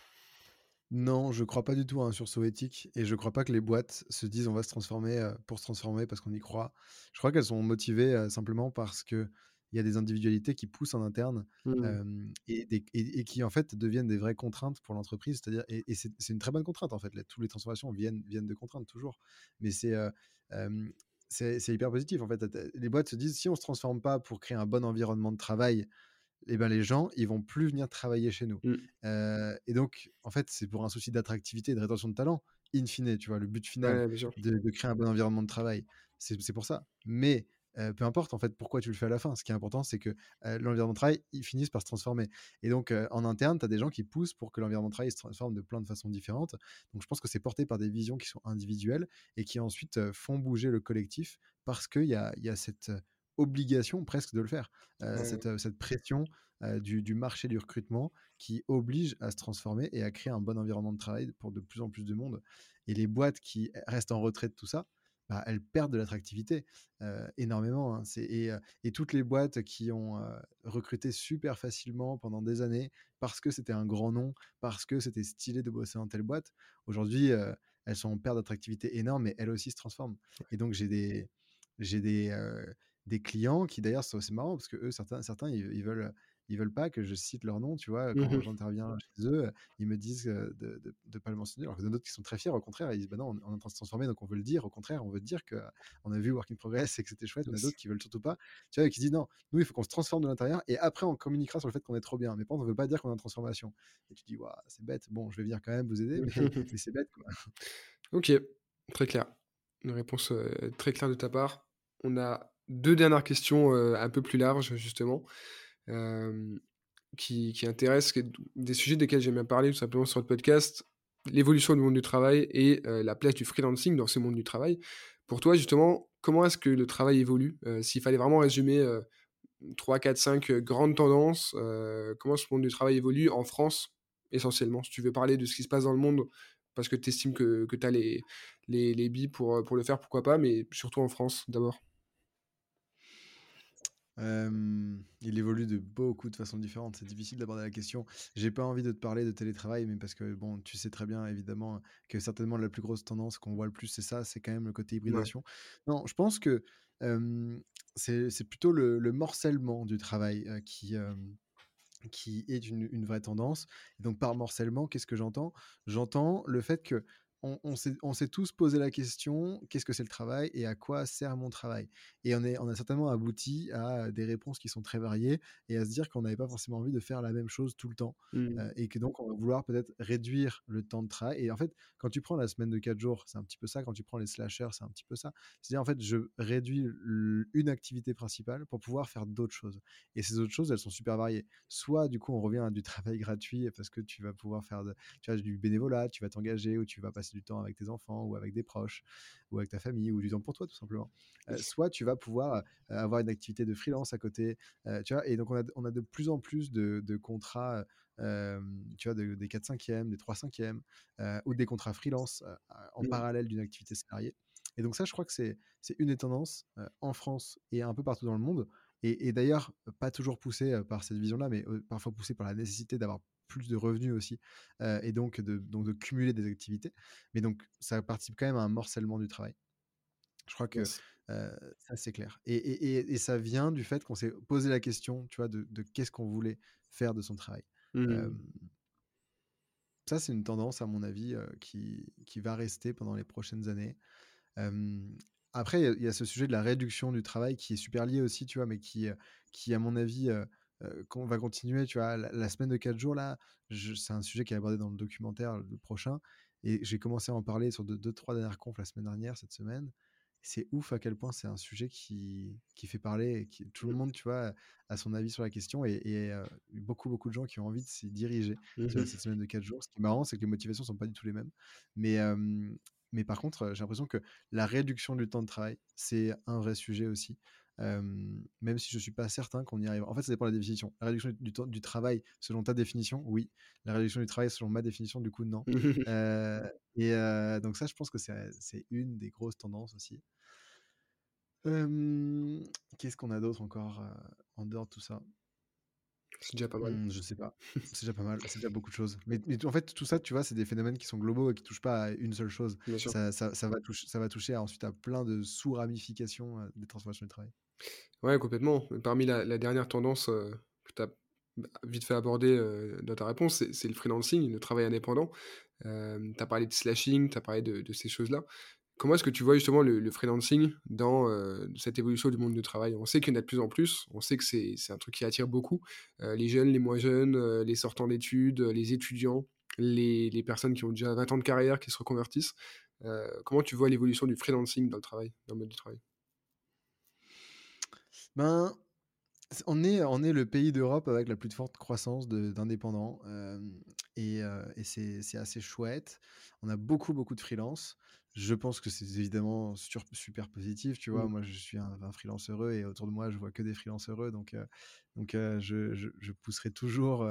Non, je crois pas du tout à un sursaut éthique et je crois pas que les boîtes se disent on va se transformer pour se transformer parce qu'on y croit. Je crois qu'elles sont motivées simplement parce que il y a des individualités qui poussent en interne Mmh. et qui en fait deviennent des vraies contraintes pour l'entreprise. C'est-à-dire et c'est une très bonne contrainte en fait. Toutes les transformations viennent de contraintes toujours, mais euh, c'est hyper positif en fait. Les boîtes se disent si on se transforme pas pour créer un bon environnement de travail et ben, les gens, ils vont plus venir travailler chez nous. Mmh. Et donc, en fait, c'est pour un souci d'attractivité et de rétention de talent, in fine, tu vois, le but final Ouais, bien sûr. de créer un bon environnement de travail. C'est pour ça. Mais peu importe, en fait, pourquoi tu le fais à la fin. Ce qui est important, c'est que l'environnement de travail, il finisse par se transformer. Et donc, en interne, tu as des gens qui poussent pour que l'environnement de travail se transforme de plein de façons différentes. Donc, je pense que c'est porté par des visions qui sont individuelles et qui ensuite font bouger le collectif parce qu'il y a cette obligation presque de le faire, Ouais. cette pression du marché du recrutement qui oblige à se transformer et à créer un bon environnement de travail pour de plus en plus de monde. Et les boîtes qui restent en retrait de tout ça, bah, elles perdent de l'attractivité énormément, hein. Et toutes les boîtes qui ont recruté super facilement pendant des années parce que c'était un grand nom, parce que c'était stylé de bosser dans telle boîte, aujourd'hui, elles sont en perte d'attractivité énorme, mais elles aussi se transforment. Et donc, j'ai des clients qui d'ailleurs c'est marrant parce que eux certains ils veulent pas que je cite leur nom, tu vois, Mmh quand mh. j'interviens chez eux, ils me disent de pas le mentionner, alors que d'autres qui sont très fiers, au contraire, ils disent bah non, on est en train de se transformer, donc on veut le dire, au contraire, on veut dire que on a vu Work in Progress et que c'était chouette, mais d'autres qui veulent surtout pas, tu vois, et qui disent non, nous il faut qu'on se transforme de l'intérieur et après on communiquera sur le fait qu'on est trop bien, mais pas on veut pas dire qu'on est en transformation. Et tu dis waouh, c'est bête, bon, je vais venir quand même vous aider, mais c'est bête quoi. OK, très clair. Une réponse, très claire de ta part. On a 2 dernières questions, un peu plus larges justement, hem, qui intéressent, qui est des sujets desquels j'aime bien parler tout simplement sur le podcast, l'évolution du monde du travail et la place du freelancing dans ce monde du travail. Pour toi justement, comment est-ce que le travail évolue? S'il fallait vraiment résumer, 3-4-5 grandes tendances, comment ce monde du travail évolue en France, essentiellement? Si tu veux parler de ce qui se passe dans le monde, parce que tu estimes que tu as les billes pour le faire, pourquoi pas, mais surtout en France, d'abord. Il évolue de beaucoup de façons différentes. C'est difficile d'aborder la question. J'ai pas envie de te parler de télétravail, mais parce que bon, tu sais très bien évidemment que certainement la plus grosse tendance qu'on voit le plus, c'est ça, c'est quand même le côté Ouais. hybridation. Non, je pense que c'est plutôt le morcellement du travail qui est une vraie tendance. Et donc, par morcellement, qu'est-ce que j'entends? J'entends le fait que on s'est tous posé la question: «Qu'est-ce que c'est le travail et à quoi sert mon travail?» Et on a certainement abouti à des réponses qui sont très variées et à se dire qu'on n'avait pas forcément envie de faire la même chose tout le temps, Mmh. et que donc on va vouloir peut-être réduire le temps de travail. Et en fait, quand tu prends la semaine de 4 jours, c'est un petit peu ça. Quand tu prends les slashers, c'est un petit peu ça. C'est-à-dire, en fait, je réduis une activité principale pour pouvoir faire d'autres choses, et ces autres choses, elles sont super variées. Soit du coup on revient à du travail gratuit parce que tu vas pouvoir faire tu vois, du bénévolat, tu vas t'engager ou tu vas passer du temps avec tes enfants ou avec des proches ou avec ta famille ou du temps pour toi tout simplement. Soit tu vas pouvoir avoir une activité de freelance à côté, tu vois, et donc on a de plus en plus de contrats, tu vois, des 4/5e, des 3/5e, ou des contrats freelance en Mmh. parallèle d'une activité salariée. Et donc ça, je crois que c'est une des tendances en France et un peu partout dans le monde, et d'ailleurs, pas toujours poussé par cette vision-là, mais parfois poussé par la nécessité d'avoir plus de revenus aussi, et donc de cumuler des activités. Mais donc ça participe quand même à un morcellement du travail. Je crois que, Yes. ça c'est clair et ça vient du fait qu'on s'est posé la question, tu vois, de qu'est-ce qu'on voulait faire de son travail. Mmh. Hem, Ça c'est une tendance à mon avis, qui va rester pendant les prochaines années. Hem, Après il y a ce sujet de la réduction du travail qui est super lié aussi, tu vois? Mais qui à mon avis, qu'on va continuer, tu vois? La semaine de 4 jours là, je c'est un sujet qui est abordé dans le documentaire, le prochain, et j'ai commencé à en parler sur 2-3 dernières confs la semaine dernière, cette semaine. C'est ouf à quel point c'est un sujet qui fait parler et qui tout le monde, tu vois, a son avis sur la question et beaucoup de gens qui ont envie de s'y diriger, Mmh tu vois? mh. Cette semaine de 4 jours. Ce qui est marrant, c'est que les motivations sont pas du tout les mêmes. Mais, mais par contre, j'ai l'impression que la réduction du temps de travail, c'est un vrai sujet aussi. Même si je suis pas certain qu'on y arrive. En fait, ça dépend de la définition. La réduction du temps du travail selon ta définition, oui. La réduction du travail selon ma définition, du coup, non. Heu donc ça, je pense que c'est une des grosses tendances aussi. Hem, Qu'est-ce qu'on a d'autre encore, en dehors de tout ça? C'est déjà pas mal, Je sais pas. C'est déjà pas mal, c'est déjà beaucoup de choses. Mais en fait, tout ça, tu vois, c'est des phénomènes qui sont globaux et qui touchent pas à une seule chose. bien sûr. Ça va toucher ensuite à plein de sous-ramifications, des transformations du travail. Ouais, complètement. Parmi la dernière tendance, que tu as vite fait aborder, dans ta réponse, c'est le freelancing, le travail indépendant. Tu as parlé de slashing, tu as parlé de ces choses-là. Comment est-ce que tu vois justement le freelancing dans, cette évolution du monde du travail? On sait qu'il y en a de plus en plus, on sait que c'est un truc qui attire beaucoup, les jeunes, les moins jeunes, les sortants d'études, les étudiants, les personnes qui ont déjà 20 ans de carrière, qui se reconvertissent. Comment tu vois l'évolution du freelancing dans le travail, dans le mode du travail? Ben, on est le pays d'Europe avec la plus forte croissance d'indépendants, et c'est assez chouette. On a beaucoup de freelance. Je pense que c'est évidemment super positif, tu vois? Mmh. Moi, je suis un freelance heureux et autour de moi, je vois que des freelances heureux donc je pousserai toujours,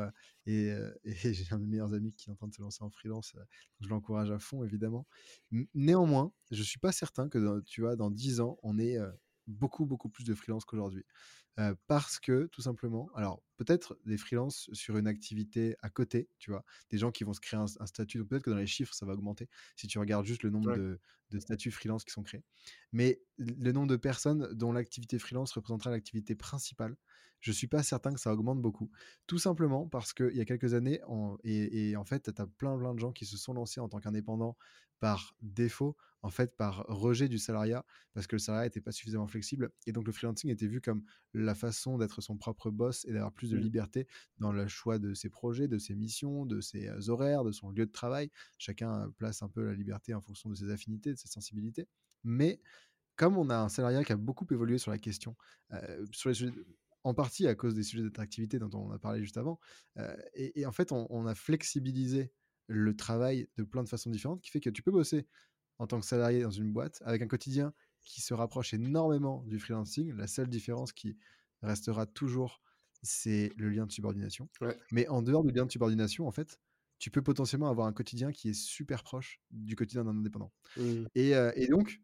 et j'ai un de mes meilleurs amis qui est en train de se lancer en freelance, je l'encourage à fond évidemment. Néanmoins, je suis pas certain que tu vois, dans 10 ans, on ait, beaucoup plus de freelance qu'aujourd'hui. Parce que tout simplement alors peut-être des freelances sur une activité à côté, tu vois? Des gens qui vont se créer un statut, donc peut-être que dans les chiffres, ça va augmenter si tu regardes juste le nombre Ouais. de statuts freelance qui sont créés. Mais le nombre de personnes dont l'activité freelance représentera l'activité principale, je suis pas certain que ça augmente beaucoup. Tout simplement parce qu'il y a quelques années et en fait, tu as plein de gens qui se sont lancés en tant qu'indépendants par défaut, en fait, par rejet du salariat, parce que le salariat était pas suffisamment flexible et donc le freelancing était vu comme la façon d'être son propre boss et d'avoir plus de Mmh. liberté dans le choix de ses projets, de ses missions, de ses horaires, de son lieu de travail. Chacun place un peu la liberté en fonction de ses affinités, de ses sensibilités. Mais comme on a un salariat qui a beaucoup évolué sur la question, sur les sujets, en partie à cause des sujets d'attractivité dont on a parlé juste avant, et en fait, on a flexibilisé le travail de plein de façons différentes, qui fait que tu peux bosser en tant que salarié dans une boîte, avec un quotidien qui se rapproche énormément du freelancing. La seule différence qui restera toujours, c'est le lien de subordination. Ouais. Mais en dehors du lien de subordination, en fait, tu peux potentiellement avoir un quotidien qui est super proche du quotidien d'un indépendant. Mmh. Et donc,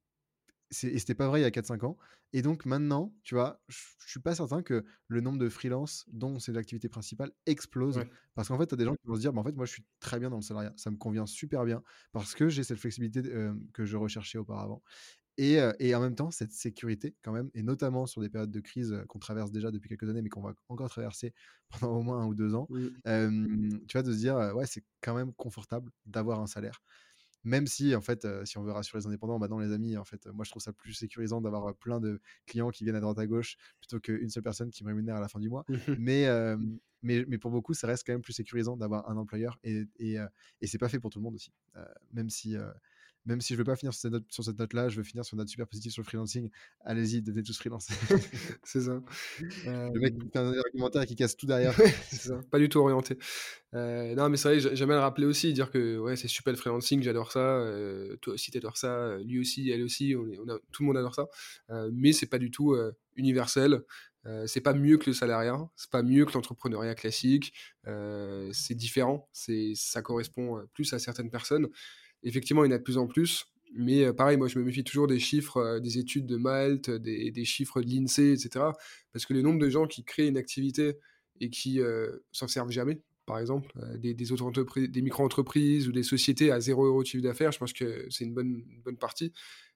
c'était pas vrai il y a 4-5 ans. Et donc maintenant, tu vois, je suis pas certain que le nombre de freelance dont c'est l'activité principale explose. Ouais. Parce qu'en fait, tu as des gens qui vont se dire, bah, en fait, moi, je suis très bien dans le salariat. Ça me convient super bien parce que j'ai cette flexibilité que je recherchais auparavant. Et en même temps, cette sécurité, quand même, et notamment sur des périodes de crise qu'on traverse déjà depuis quelques années, mais qu'on va encore traverser pendant au moins 1 ou 2 ans, Mmh. tu vois, de se dire, ouais, c'est quand même confortable d'avoir un salaire. Même si, en fait, si on veut rassurer les indépendants, bah non les amis, en fait, moi je trouve ça plus sécurisant d'avoir, plein de clients qui viennent à droite à gauche, plutôt qu'une seule personne qui me rémunère à la fin du mois. Mmh. Mais pour beaucoup, ça reste quand même plus sécurisant d'avoir un employeur et c'est pas fait pour tout le monde aussi. Même si, même si je veux pas finir sur cette note-là, je veux finir sur une note super positive sur le freelancing. Allez-y, devenez tous freelance. C'est ça. Le mec qui fait un argumentaire et qui casse tout derrière. Ouais, c'est ça, pas du tout orienté. Non, mais c'est vrai, j'aime bien le rappeler aussi, dire que ouais, c'est super le freelancing, j'adore ça, toi aussi tu ça, lui aussi, elle aussi, tout le monde adore ça. Mais c'est pas du tout, universel. C'est pas mieux que le salariat, c'est pas mieux que l'entrepreneuriat classique. C'est différent, ça correspond, plus à certaines personnes. Effectivement, il y en a de plus en plus, mais pareil, moi je me méfie toujours des chiffres, des études de Malte, des chiffres de l'INSEE et cetera. Parce que le nombre de gens qui créent une activité et qui, s'en servent jamais. par exemple, des auto-entreprises, des micro-entreprises ou des sociétés à 0 € de chiffre d'affaires, je pense que c'est une bonne partie.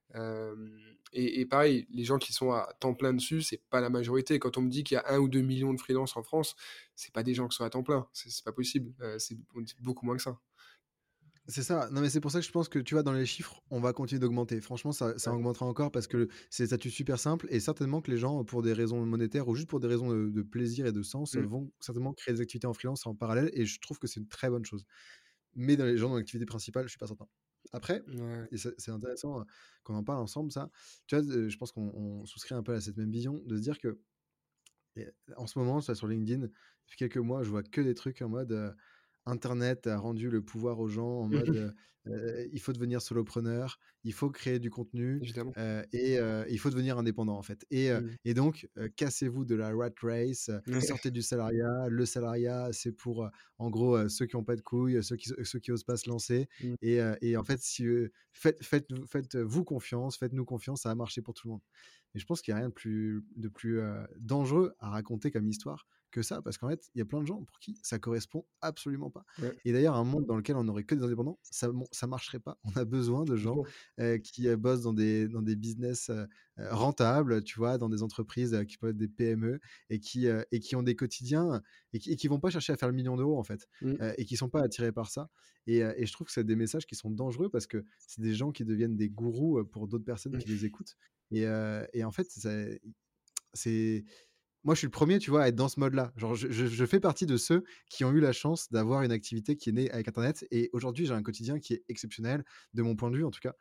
Et pareil, les gens qui sont à temps plein dessus, c'est pas la majorité. Quand on me dit qu'il y a 1 ou 2 millions de freelances en France, c'est pas des gens qui sont à temps plein, c'est pas possible. On est beaucoup moins que ça. C'est ça. Non, mais c'est pour ça que je pense que, tu vois, dans les chiffres, on va continuer d'augmenter. Franchement, ça Ouais. augmentera encore parce que c'est des statuts super simples et certainement que les gens, pour des raisons monétaires ou juste pour des raisons de plaisir et de sens, Mmh. vont certainement créer des activités en freelance en parallèle et je trouve que c'est une très bonne chose. Mais dans les gens dans l'activité principale, je suis pas certain. Après, Ouais. et c'est intéressant qu'on en parle ensemble, ça. Tu vois, je pense qu'on souscrit un peu à cette même vision de se dire que en ce moment, ça, sur LinkedIn, depuis quelques mois, je vois que des trucs en mode Internet a rendu le pouvoir aux gens, en mode il faut devenir solopreneur, il faut créer du contenu Évidemment. et il faut devenir indépendant, en fait. Mmh. Et donc, cassez-vous de la rat race, Ouais. sortez du salariat. Le salariat, c'est pour, en gros, ceux qui ont pas de couilles, ceux qui osent pas se lancer. Mmh. Et en fait, si, faites-vous confiance, faites-nous confiance, ça va marcher pour tout le monde. Et je pense qu'il y a rien de plus dangereux à raconter comme histoire que ça, parce qu'en fait, il y a plein de gens pour qui ça correspond absolument pas. Ouais. Et d'ailleurs, un monde dans lequel on n'aurait que des indépendants, ça marcherait pas. On a besoin de gens Franchement. qui bossent dans des business rentables, tu vois, dans des entreprises qui peuvent être des PME et qui ont des quotidiens et qui vont pas chercher à faire le million d'euros, en fait, Mmh. et qui sont pas attirés par ça. Et je trouve que c'est des messages qui sont dangereux parce que c'est des gens qui deviennent des gourous pour d'autres personnes qui Mmh. les écoutent. Et en fait, c'est moi, je suis le premier, tu vois, à être dans ce mode-là. Genre, je fais partie de ceux qui ont eu la chance d'avoir une activité qui est née avec internet et aujourd'hui, j'ai un quotidien qui est exceptionnel, de mon point de vue, en tout cas,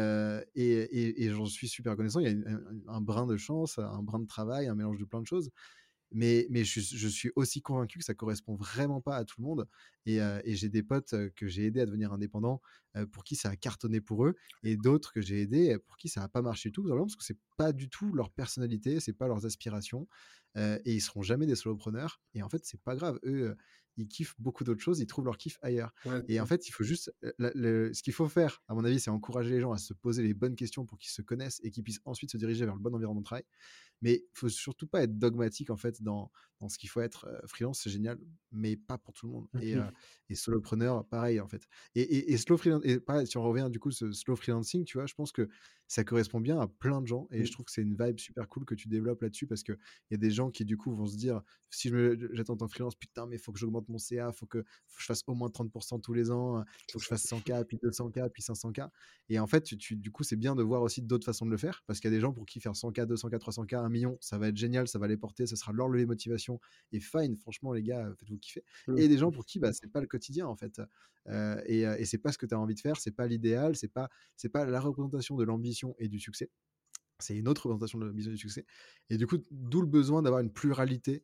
et j'en suis super reconnaissant. Il y a un brin de chance, un brin de travail, un mélange de plein de choses. Mais je suis aussi convaincu que ça correspond vraiment pas à tout le monde et j'ai des potes, que j'ai aidés à devenir indépendants, pour qui ça a cartonné pour eux et d'autres que j'ai aidés, pour qui ça a pas marché du tout, tout simplement parce que c'est pas du tout leur personnalité, c'est pas leurs aspirations, et ils seront jamais des solopreneurs et en fait, c'est pas grave. Eux, ils kiffent beaucoup d'autres choses, ils trouvent leur kiff ailleurs Ouais, et c'est en ça. fait, il faut juste, ce qu'il faut faire, à mon avis, c'est encourager les gens à se poser les bonnes questions pour qu'ils se connaissent et qu'ils puissent ensuite se diriger vers le bon environnement de travail. Mais il faut surtout pas être dogmatique en fait dans ce qu'il faut être. Freelance, c'est génial, mais pas pour tout le monde. Mmh. Et solopreneur, pareil en fait. Et slow freelance, et pareil, si on revient du coup ce slow freelancing, tu vois, je pense que ça correspond bien à plein de gens et je Mmh. trouve que c'est une vibe super cool que tu développes là-dessus parce que il y a des gens qui du coup vont se dire si j'attends en freelance, putain, mais il faut que j'augmente mon CA, faut que je fasse au moins 30% tous les ans, il faut C'est que je ça. fasse 100K, puis 200K, puis 500K. Et en fait, du coup, c'est bien de voir aussi d'autres façons de le faire, parce qu'il y a des gens pour qui faire 100K, 200K, 300K, 1 million, ça va être génial, ça va les porter, ça sera leur levier de motivation, et fine, franchement, les gars, faites-vous kiffer. Mmh. Et des gens pour qui, bah, c'est pas le quotidien, en fait. Et c'est pas ce que tu as envie de faire, c'est pas l'idéal, c'est pas la représentation de l'ambition et du succès. C'est une autre représentation de la vision du succès. Et du coup, d'où le besoin d'avoir une pluralité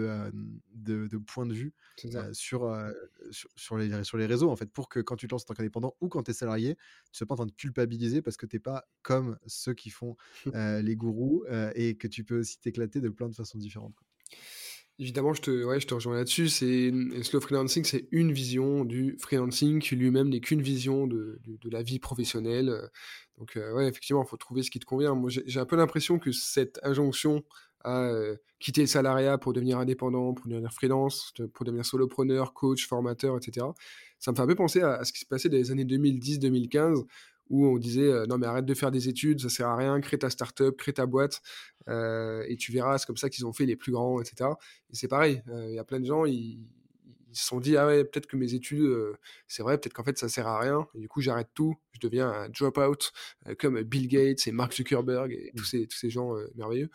de points de vue C'est ça. sur les réseaux, en fait, pour que quand tu te lances en tant qu'indépendant ou quand tu es salarié, tu ne sois pas en train de culpabiliser parce que tu n'es pas comme ceux qui font les gourous et que tu peux aussi t'éclater de plein de façons différentes, quoi. Évidemment, je te rejoins là-dessus. Slow freelancing, c'est une vision du freelancing qui lui-même n'est qu'une vision de la vie professionnelle. Donc, ouais, effectivement, il faut trouver ce qui te convient. Moi, j'ai un peu l'impression que cette injonction à quitter le salariat pour devenir indépendant, pour devenir freelance, pour devenir solopreneur, coach, formateur, etc., ça me fait un peu penser à ce qui se passait dans les années 2010-2015, où on disait non, mais arrête de faire des études, ça sert à rien, crée ta startup, crée ta boîte, et tu verras, c'est comme ça qu'ils ont fait les plus grands, etc. Et c'est pareil, il y a plein de gens, ils se sont dit: «Ah ouais, peut-être que mes études, c'est vrai, peut-être qu'en fait ça sert à rien et du coup j'arrête tout, je deviens un drop-out», comme Bill Gates et Mark Zuckerberg et Mmh. tous ces gens, merveilleux.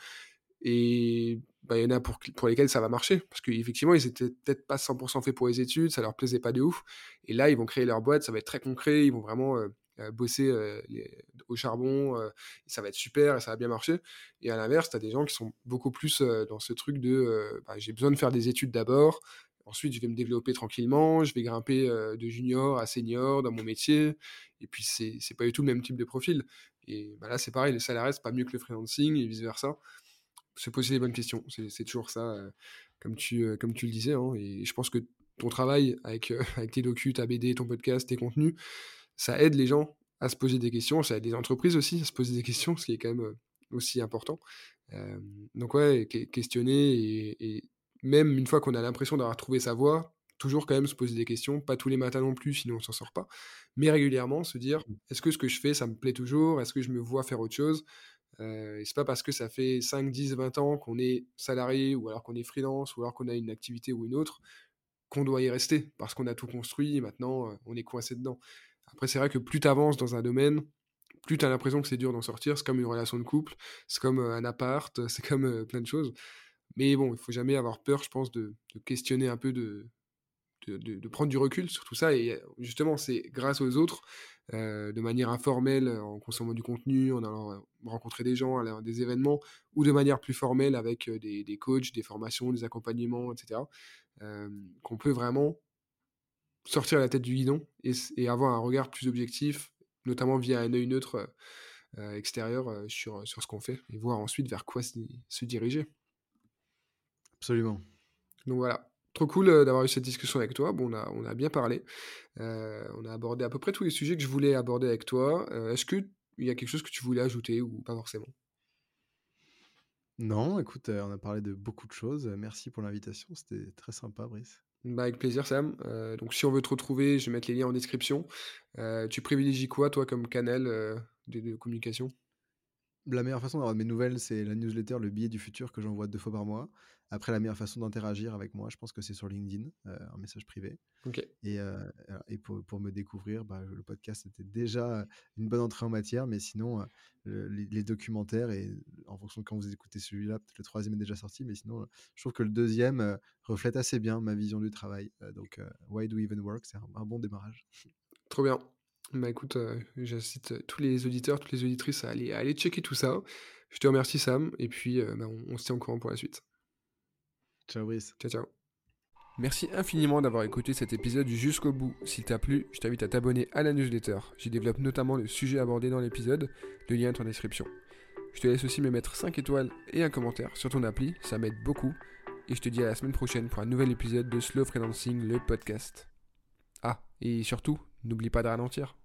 Et bah, il y en a pour lesquels ça va marcher parce qu'effectivement, ils étaient peut-être pas 100 faits pour les études, ça leur plaisait pas de ouf et là, ils vont créer leur boîte, ça va être très concret, ils vont vraiment, bosser, au charbon, ça va être super et ça va bien marcher et à l'inverse, tu as des gens qui sont beaucoup plus, dans ce truc de, bah, j'ai besoin de faire des études d'abord, ensuite je vais me développer tranquillement, je vais grimper, de junior à senior dans mon métier et puis c'est pas du tout le même type de profil et bah, là, c'est pareil, les salariés, c'est pas mieux que le freelancing et vice versa. Se poser les bonnes questions, c'est toujours ça, comme tu le disais, hein, et je pense que ton travail avec, avec tes docus, ta BD, ton podcast, tes contenus, ça aide les gens à se poser des questions, ça aide les entreprises aussi à se poser des questions, ce qui est quand même, aussi important. Donc ouais, questionner et même une fois qu'on a l'impression d'avoir trouvé sa voie, toujours quand même se poser des questions, pas tous les matins non plus, sinon on s'en sort pas, mais régulièrement se dire: Mmh. «Est-ce que ce que je fais, ça me plaît toujours? Est-ce que je me vois faire autre chose?» Et c'est pas parce que ça fait 5, 10, 20 ans qu'on est salarié ou alors qu'on est freelance ou alors qu'on a une activité ou une autre, qu'on doit y rester parce qu'on a tout construit et maintenant, on est coincé dedans. Après c'est vrai que plus tu avances dans un domaine, plus tu as l'impression que c'est dur d'en sortir. C'est comme une relation de couple, c'est comme, un appart, c'est comme, plein de choses. Mais bon, il faut jamais avoir peur, je pense, de questionner un peu, de prendre du recul sur tout ça et justement, c'est grâce aux autres, de manière informelle, en consommant du contenu, en allant, rencontrer des gens, aller à des événements ou de manière plus formelle avec, des coachs, des formations, des accompagnements et cetera, qu'on peut vraiment sortir la tête du guidon et avoir un regard plus objectif, notamment via un œil neutre, extérieur, sur ce qu'on fait et voir ensuite vers quoi se diriger. Absolument. Donc voilà, trop cool, d'avoir eu cette discussion avec toi. Bon, on a bien parlé, on a abordé à peu près tous les sujets que je voulais aborder avec toi. Est-ce qu'il y a quelque chose que tu voulais ajouter ou pas forcément? Non, écoute, on a parlé de beaucoup de choses. Merci pour l'invitation, c'était très sympa, Brice. Bah, avec plaisir Sam, donc si on veut te retrouver, je vais mettre les liens en description. Tu privilégies quoi toi comme canal, de communication? La meilleure façon d'avoir de mes nouvelles, c'est la newsletter Le Billet du Futur que j'envoie 2 fois par mois. Après, la meilleure façon d'interagir avec moi, je pense que c'est sur LinkedIn, en message privé. OK. Et pour me découvrir, bah, le podcast était déjà une bonne entrée en matière, mais sinon, les documentaires et en fonction de quand vous écoutez celui-là, peut-être le troisième est déjà sorti, mais sinon, je trouve que le deuxième reflète assez bien ma vision du travail. Why Do We Even Work, c'est un bon démarrage. Trop bien. Bah, écoute, j'incite, tous les auditeurs, toutes les auditrices à aller checker tout ça. Je te remercie Sam et puis, bah, on se tient au courant pour la suite. Ciao Brice. Ciao, ciao. Merci infiniment d'avoir écouté cet épisode jusqu'au bout. S'il t'a plu, je t'invite à t'abonner à la newsletter. J'y développe notamment le sujet abordé dans l'épisode, le lien est en description. Je te laisse aussi me mettre 5 étoiles et un commentaire sur ton appli, ça m'aide beaucoup. Et je te dis à la semaine prochaine pour un nouvel épisode de Slow Freelancing, le podcast. Ah, et surtout, n'oublie pas de ralentir.